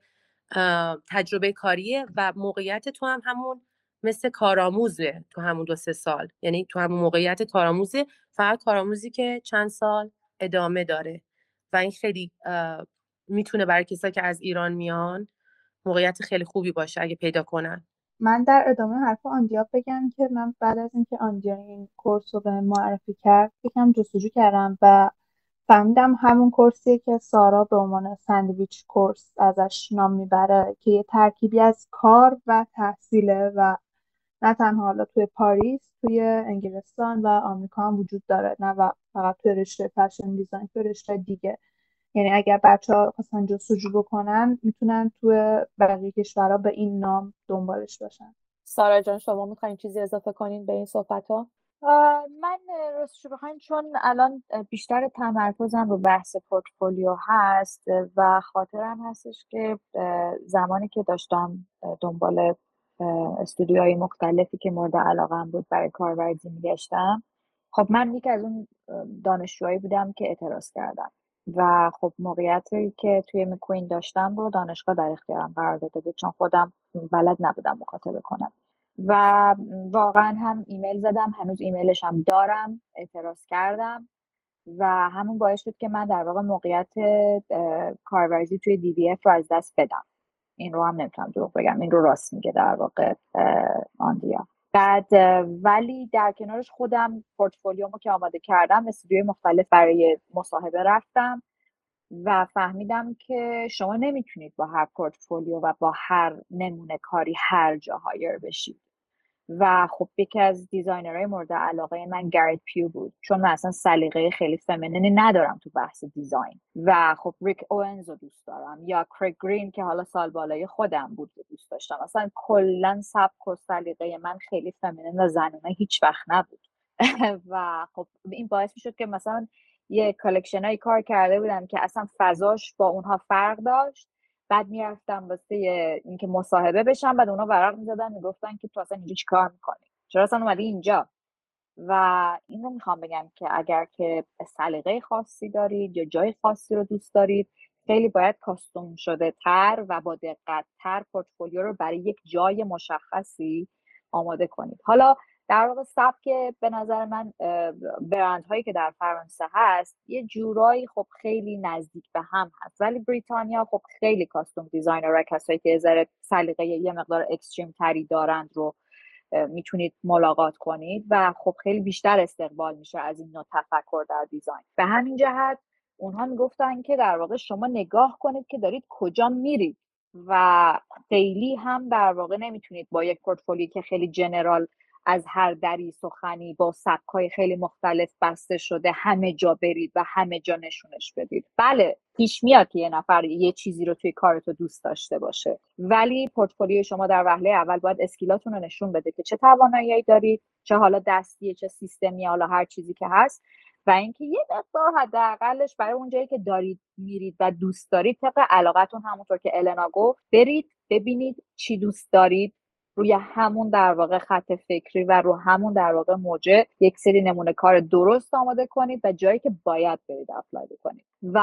تجربه کاریه و موقعیت تو هم همون مثل کارآموزه تو همون دو سه سال. یعنی تو همون موقعیت کارآموزه، فقط کارآموزی که چند سال ادامه داره و این خیلی میتونه برای کسایی که از ایران میان موقعیت خیلی خوبی باشه اگه پیدا کنن. من در ادامه حرف آندیا بگم که من بعد از اینکه آندیا این کورس رو به معرفی کرد یکم جستجو کردم و فهمیدم همون کورسیه که سارا به عنوان ساندویچ کورس ازش نام میبره که یه ترکیبی از کار و تحصیله و نه تنها حالا توی پاریس، توی انگلستان و آمریکا هم وجود داره، نه و فقط توی رشته فشن دیزاین، توی رشته دیگه. یعنی اگر بچه‌ها خواستن جستجو بکنن میتونن توی بقیه کشورها به این نام دنبالش باشن. سارا جان شما میخواین چیزی اضافه کنین به این صحبت‌ها؟ من راستش بخواین چون الان بیشتر تمرکزم رو بحث پورتفولیو هست و خاطرم هستش که زمانی که داشتم دنبال استودیوهای مختلفی که مورد علاقم بود برای کارورزی میگشتم، خب من یکی از اون دانشجوهایی بودم که اعتراض کردم و خب موقعیتی که توی مکوین داشتم رو دانشگاه در اختیارم قرار داده بود چون خودم بلد نبودم مکاتبه کنم و واقعا هم ایمیل زدم، هنوز ایمیلش هم دارم، اعتراض کردم و همون باعث شد که من در واقع موقعیت کارورزی توی دی بی اف رو از دست بدم. این رو هم نمیتونم دروغ بگم، این رو راست میگه در واقع آندیا. بعد ولی در کنارش خودم پورتفولیومو که آماده کردم استودیوی مختلف برای مصاحبه رفتم و فهمیدم که شما نمیتونید با هر پورتفولیو و با هر نمونه کاری هر جا هایر بشید و خب یکی از دیزاینرهای مورد علاقه من گریت پیو بود چون من اصلا سلیقه خیلی فمینینی ندارم تو بحث دیزاین و خب ریک اوونز رو دوست دارم یا کریگ گرین که حالا سال بالای خودم بود رو دوست داشتم. اصلا کلا سبک و سلیقه من خیلی فمینین و زنونه هیچ وقت نبود و خب این باعث میشد که مثلا یه کالکشنایی کار کرده بودم که اصلا فضاش با اونها فرق داشت بعد میرفتم واسه اینکه مصاحبه بشم، بعد اونا ورق میزدن میگفتن که تو اصلا اینجا چیکار میکنی، چرا اصلا اومدی اینجا. و این رو میخوام بگم که اگر که سلیقه خاصی دارید یا جای خاصی رو دوست دارید، خیلی باید کاستوم شده تر و با دقت تر پورتفولیو رو برای یک جای مشخصی آماده کنید. حالا در واقع سبک به نظر من برندهایی که در فرانسه هست یه جورایی خب خیلی نزدیک به هم هست، ولی بریتانیا خب خیلی کاستوم دیزاینر و کسایی که ذره سلیقه یه مقدار اکستریم تری دارند رو میتونید ملاقات کنید و خب خیلی بیشتر استقبال میشه از این نوع تفکر در دیزاین. به همین جهت اونها میگفتن که در واقع شما نگاه کنید که دارید کجا میرید و خیلی هم در واقع نمیتونید با یک پورتفولیو که خیلی جنرال از هر دری سخنی با سبکای خیلی مختلف بسته شده همه جا برید و همه جا نشونش بدید. بله پیش میاد که یه نفر یه چیزی رو توی کارتو دوست داشته باشه، ولی پورتفولیو شما در وهله اول باید اسکیلاتون رو نشون بده که چه توانایی دارید، چه حالا دستیه چه سیستمی، حالا هر چیزی که هست، و اینکه یه مقدار حداقلش برای اون جایی که دارید میرید و دوست دارید طبق علاقتون، همونطور که النا گفت، برید ببینید چی دوست دارید، روی همون در واقع خط فکری و رو همون در واقع موجه یک سری نمونه کار درست آماده کنید و جایی که باید برید اپلای بکنید. و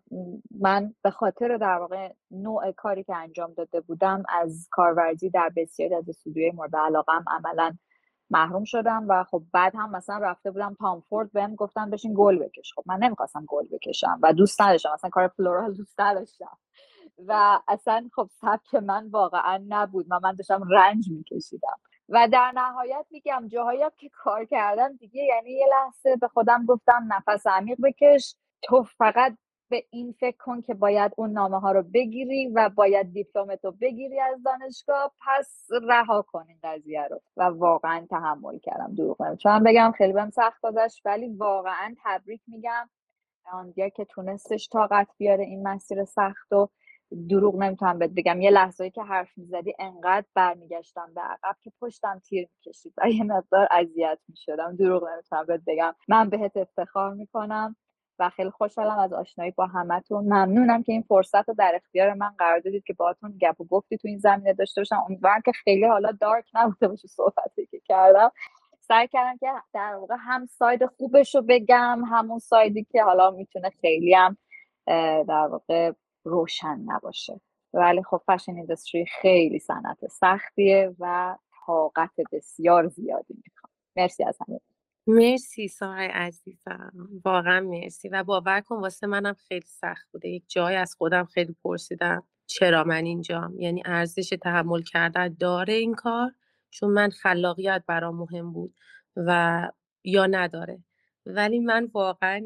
من به خاطر در واقع نوع کاری که انجام داده بودم از کارورزی در بسیاری از استودیوهای مورد علاقه‌ام عملاً محروم شدم و خب بعد هم مثلا رفته بودم تام فورد بهم گفتن بشین گل بکش. خب من نمیخواستم گل بکشم و دوست نداشتم، مثلا کار فلورال دوست نداشتم و اصلا خب سبک من واقعا نبود و من داشتم رنج میکشیدم. و در نهایت میگم جاهایی که کار کردم دیگه، یعنی یه لحظه به خودم گفتم نفس عمیق بکش، تو فقط به این فکر کن که باید اون نامه ها رو بگیری و باید دیپلمتو بگیری از دانشگاه، پس رها کن این قضیه رو. و واقعا تحمل کردم، دروغ نمیتونم بگم خیلی بهم سخت گذشت، ولی واقعا تبریک میگم آندیا که تونستش طاقت بیاره این مسیر سخت. و دروغ نمیتونم بهت بگم یه لحظه‌ای که حرف میزدی انقدر برمیگشتم به عقب که پشتم تیر میکشید و یه مقدار اذیت میشدم. دروغ نمیتونم بهت بگم. من بهت افتخار میکنم و خیلی خوشحالم از آشنایی با همتون. ممنونم که این فرصت رو در اختیار من قرار دادید که باهاتون گپ و گفتی تو این زمینه داشته باشم. امیدوارم که خیلی حالا دارک نبوده باشه صحبتی که کردم. سعی کردم که در واقع هم ساید خوبش رو بگم، همون سایدی که حالا میتونه خیلی هم در واقع روشن نباشه. ولی خب فشن اینداستری خیلی صنعت سختیه و طاقت بسیار زیادی میخواد. مرسی از همه. مرسی سارای عزیزم، واقعا مرسی. و باور کن واسه منم خیلی سخت بوده. یک جای از خودم خیلی پرسیدم چرا من اینجام، یعنی ارزش تحمل کردن داره این کار، چون من خلاقیت برام مهم بود و یا نداره. ولی من واقعا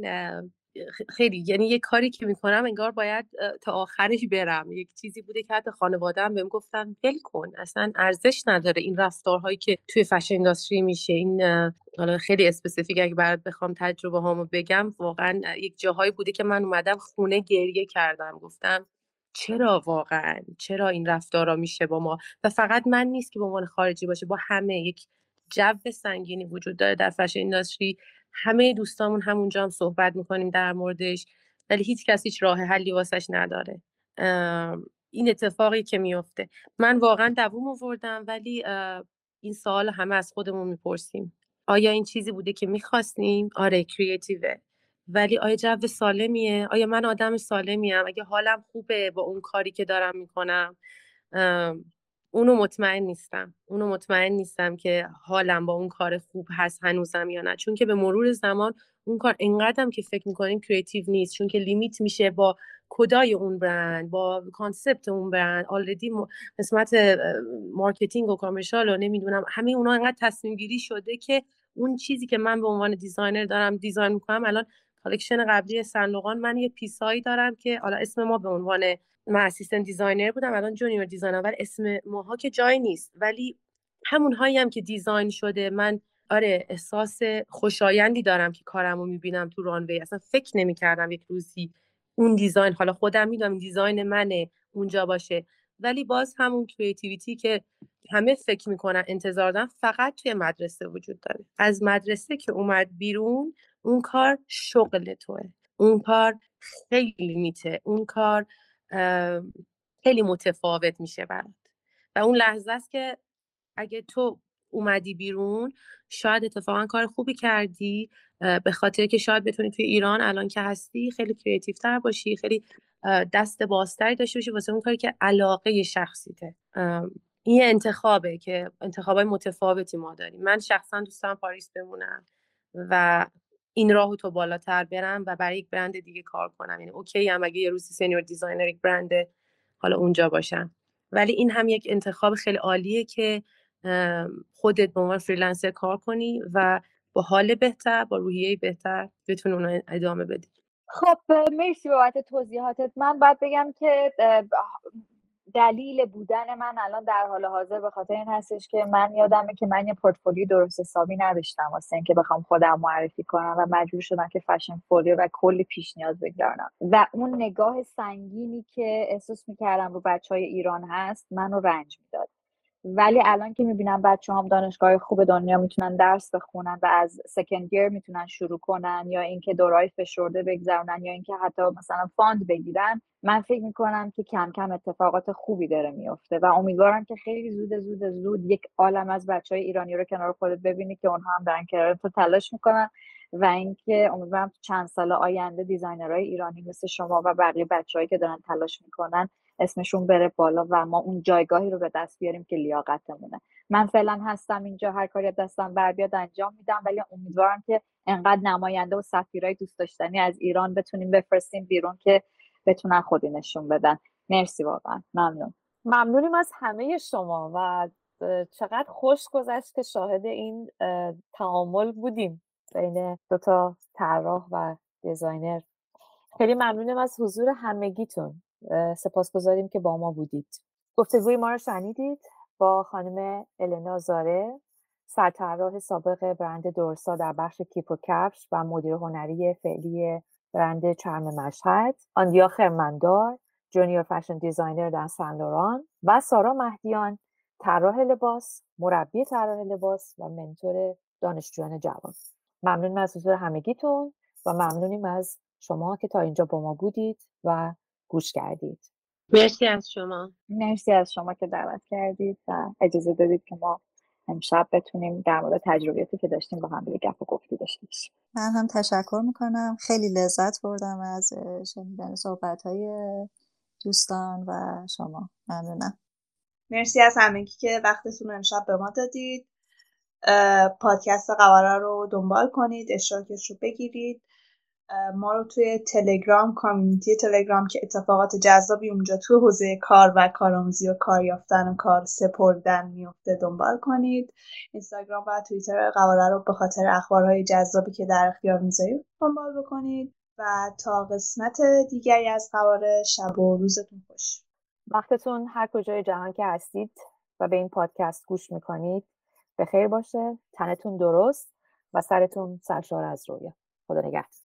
خیلی یعنی یه کاری که میکنم انگار باید تا آخرش برم. یک چیزی بوده که حتی خانواده‌ام بهم گفتن ول کن، اصلا ارزش نداره این رفتارهایی که توی فشن اینداستری میشه. این حالا خیلی اسپسیفیک اگه برات بخوام تجربه هامو بگم، واقعا یک جاهایی بوده که من اومدم خونه گریه کردم، گفتم چرا واقعا چرا این رفتارا میشه با ما. و فقط من نیست که به عنوان خارجی باشه، با همه یک جو سنگینی وجود داره در فشن اینداستری. همه دوستامون همونجا هم صحبت میکنیم در موردش، ولی هیچ کس هیچ راه حلی واسش نداره. این اتفاقی که میفته، من واقعا دووم آوردم، ولی این سوال همه از خودمون میپرسیم، آیا این چیزی بوده که میخواستیم؟ آره کریتیوه، ولی آیا جو سالمیه؟ آیا من آدم سالمیم؟ اگه حالم خوبه با اون کاری که دارم میکنم؟ اونو مطمئن نیستم اونو مطمئن نیستم که حالم با اون کار خوب هست هنوزم یا نه، چون که به مرور زمان اون کار انقدرم که فکر میکنیم کریتیو نیست، چون که لیمیت میشه با کدای اون برند، با کانسپت اون برند. آلردی قسمت مارکتینگ و کامرشال و نمیدونم همه اونا انقدر تصمیم گیری شده که اون چیزی که من به عنوان دیزاینر دارم دیزاین میکنم، الان کالکشن قبلی سنلوقان من یه پیسایی دارم که حالا اسم ما به عنوان من اسیستنت دیزاینر بودم، الان جونیور دیزاینر، ولی اسم ماها که جای نیست، ولی همون هایی هم که دیزاین شده من آره احساس خوشایندی دارم که کارمو میبینم تو رانوی. اصلا فکر نمی‌کردم یک روزی اون دیزاین، حالا خودم میدونم دیزاین منه، اونجا باشه، ولی باز همون کریتیویتی که همه فکر میکنن انتظار دارن فقط توی مدرسه وجود داره. از مدرسه که اومد بیرون اون کار شغل توه، اون کار خیلی میته، اون کار خیلی متفاوت میشه برات. و اون لحظه است که اگه تو اومدی بیرون شاید اتفاقا کار خوبی کردی، به خاطر که شاید بتونی توی ایران الان که هستی خیلی کریتیو تر باشی، خیلی دست بازتری داشته باشی واسه اون کاری که علاقه شخصیته. این انتخابه که انتخابای متفاوتی ما داریم. من شخصا دوست دارم پاریس بمونم و این راهو تو بالاتر برم و برای یک برند دیگه کار کنم. یعنی اوکی هم اگه یه روزی سینیور دیزاینر یک برند حالا اونجا باشم، ولی این هم یک انتخاب خیلی عالیه که خودت به عنوان فریلنسر کار کنی و با حال بهتر، با روحیه بهتر بتونی اون ادامه بدی. خب مرسی بابت توضیحاتت. من باید بگم که دلیل بودن من الان در حال حاضر به خاطر این هستش که من یادمه که من یه پورتفولیو درست حسابی نداشتم واسه اینکه بخوام خودم معرفی کنم و مجبور شدم که فشن فولیو و کلی پیش نیاز بگذارم و اون نگاه سنگینی که احساس میکردم رو بچهای ایران هست منو رنج میداد. ولی الان که میبینم بچه هم دانشگاه خوب دنیا میتونن درس بخونن و از سکند گیر میتونن شروع کنن یا اینکه دورای فشرده بگذرونن یا اینکه حتی مثلا فاند بگیرن، من فکر میکنم که کم کم اتفاقات خوبی داره میفته و امیدوارم که خیلی زود زود زود یک عالم از بچهای ایرانی رو کنار خودت ببینی که اونها هم دارن کنار تو تلاش میکنن و اینکه امیدوارم تو چند سال آینده دیزاینرهای ایرانی مثل شما و بقیه بچه‌هایی که دارن تلاش میکنن اسمشون بره بالا و ما اون جایگاهی رو به دست بیاریم که لیاقتمونه. من فعلا هستم اینجا، هر کاری دستم بر بیاد انجام میدم، ولی امیدوارم که انقدر نماینده و سفیرای دوست داشتنی از ایران بتونیم بفرستیم بیرون که بتونن خودی نشون بدن. مرسی، واقعا ممنون. ممنونیم از همه شما و چقدر خوش گذشت که شاهد این تعامل بودیم بین دوتا طراح و دیزاینر. خیلی ممنونم از حضور همگیتون. سپاسگزاریم که با ما بودید. گفتگوی ما رو شنیدید با خانم النا زاره، سرطراح سابق برند دورسا در بخش کیپ و کفش و مدیر هنری فعلی برند چرم مشهد، آندیا خرمندار، جونیور فشن دیزاینر در سن لوران و سارا مهدیان، طراح لباس، مربی طراح لباس و منتور دانشجویان جوان. ممنونم از حضور همگیتون و ممنونیم از شما که تا اینجا با ما بودید و گوش کردید. مرسی از شما. مرسی از شما که دعوت کردید و اجازه دادید که ما امشب بتونیم در مورد تجربیاتی که داشتیم با هم دیگه گپ و گفتی داشته باشیم. من هم تشکر میکنم. خیلی لذت بردم از شنیدن صحبت‌های دوستان و شما. ممنونم. مرسی از همگی که وقتتون رو امشب به ما دادید. پادکست قواره رو دنبال کنید، اشتراکش رو بگیرید. ما رو توی تلگرام، کامیونیتی تلگرام که اتفاقات جذابی اونجا توی حوزه کار و کارآموزی و کار یافتن و کار سپردن میفته دنبال کنید. اینستاگرام و توییتر قواره رو به خاطر اخبارهای جذابی که در اختیار میذارید دنبال بکنید و تا قسمت دیگری از قواره شب و روزتون خوش. وقتتون هر کجای جهان که هستید و به این پادکست گوش میکنید به خیر باشه، تنتون درست و سرتون سرشار از رویا. خدا نگهدار.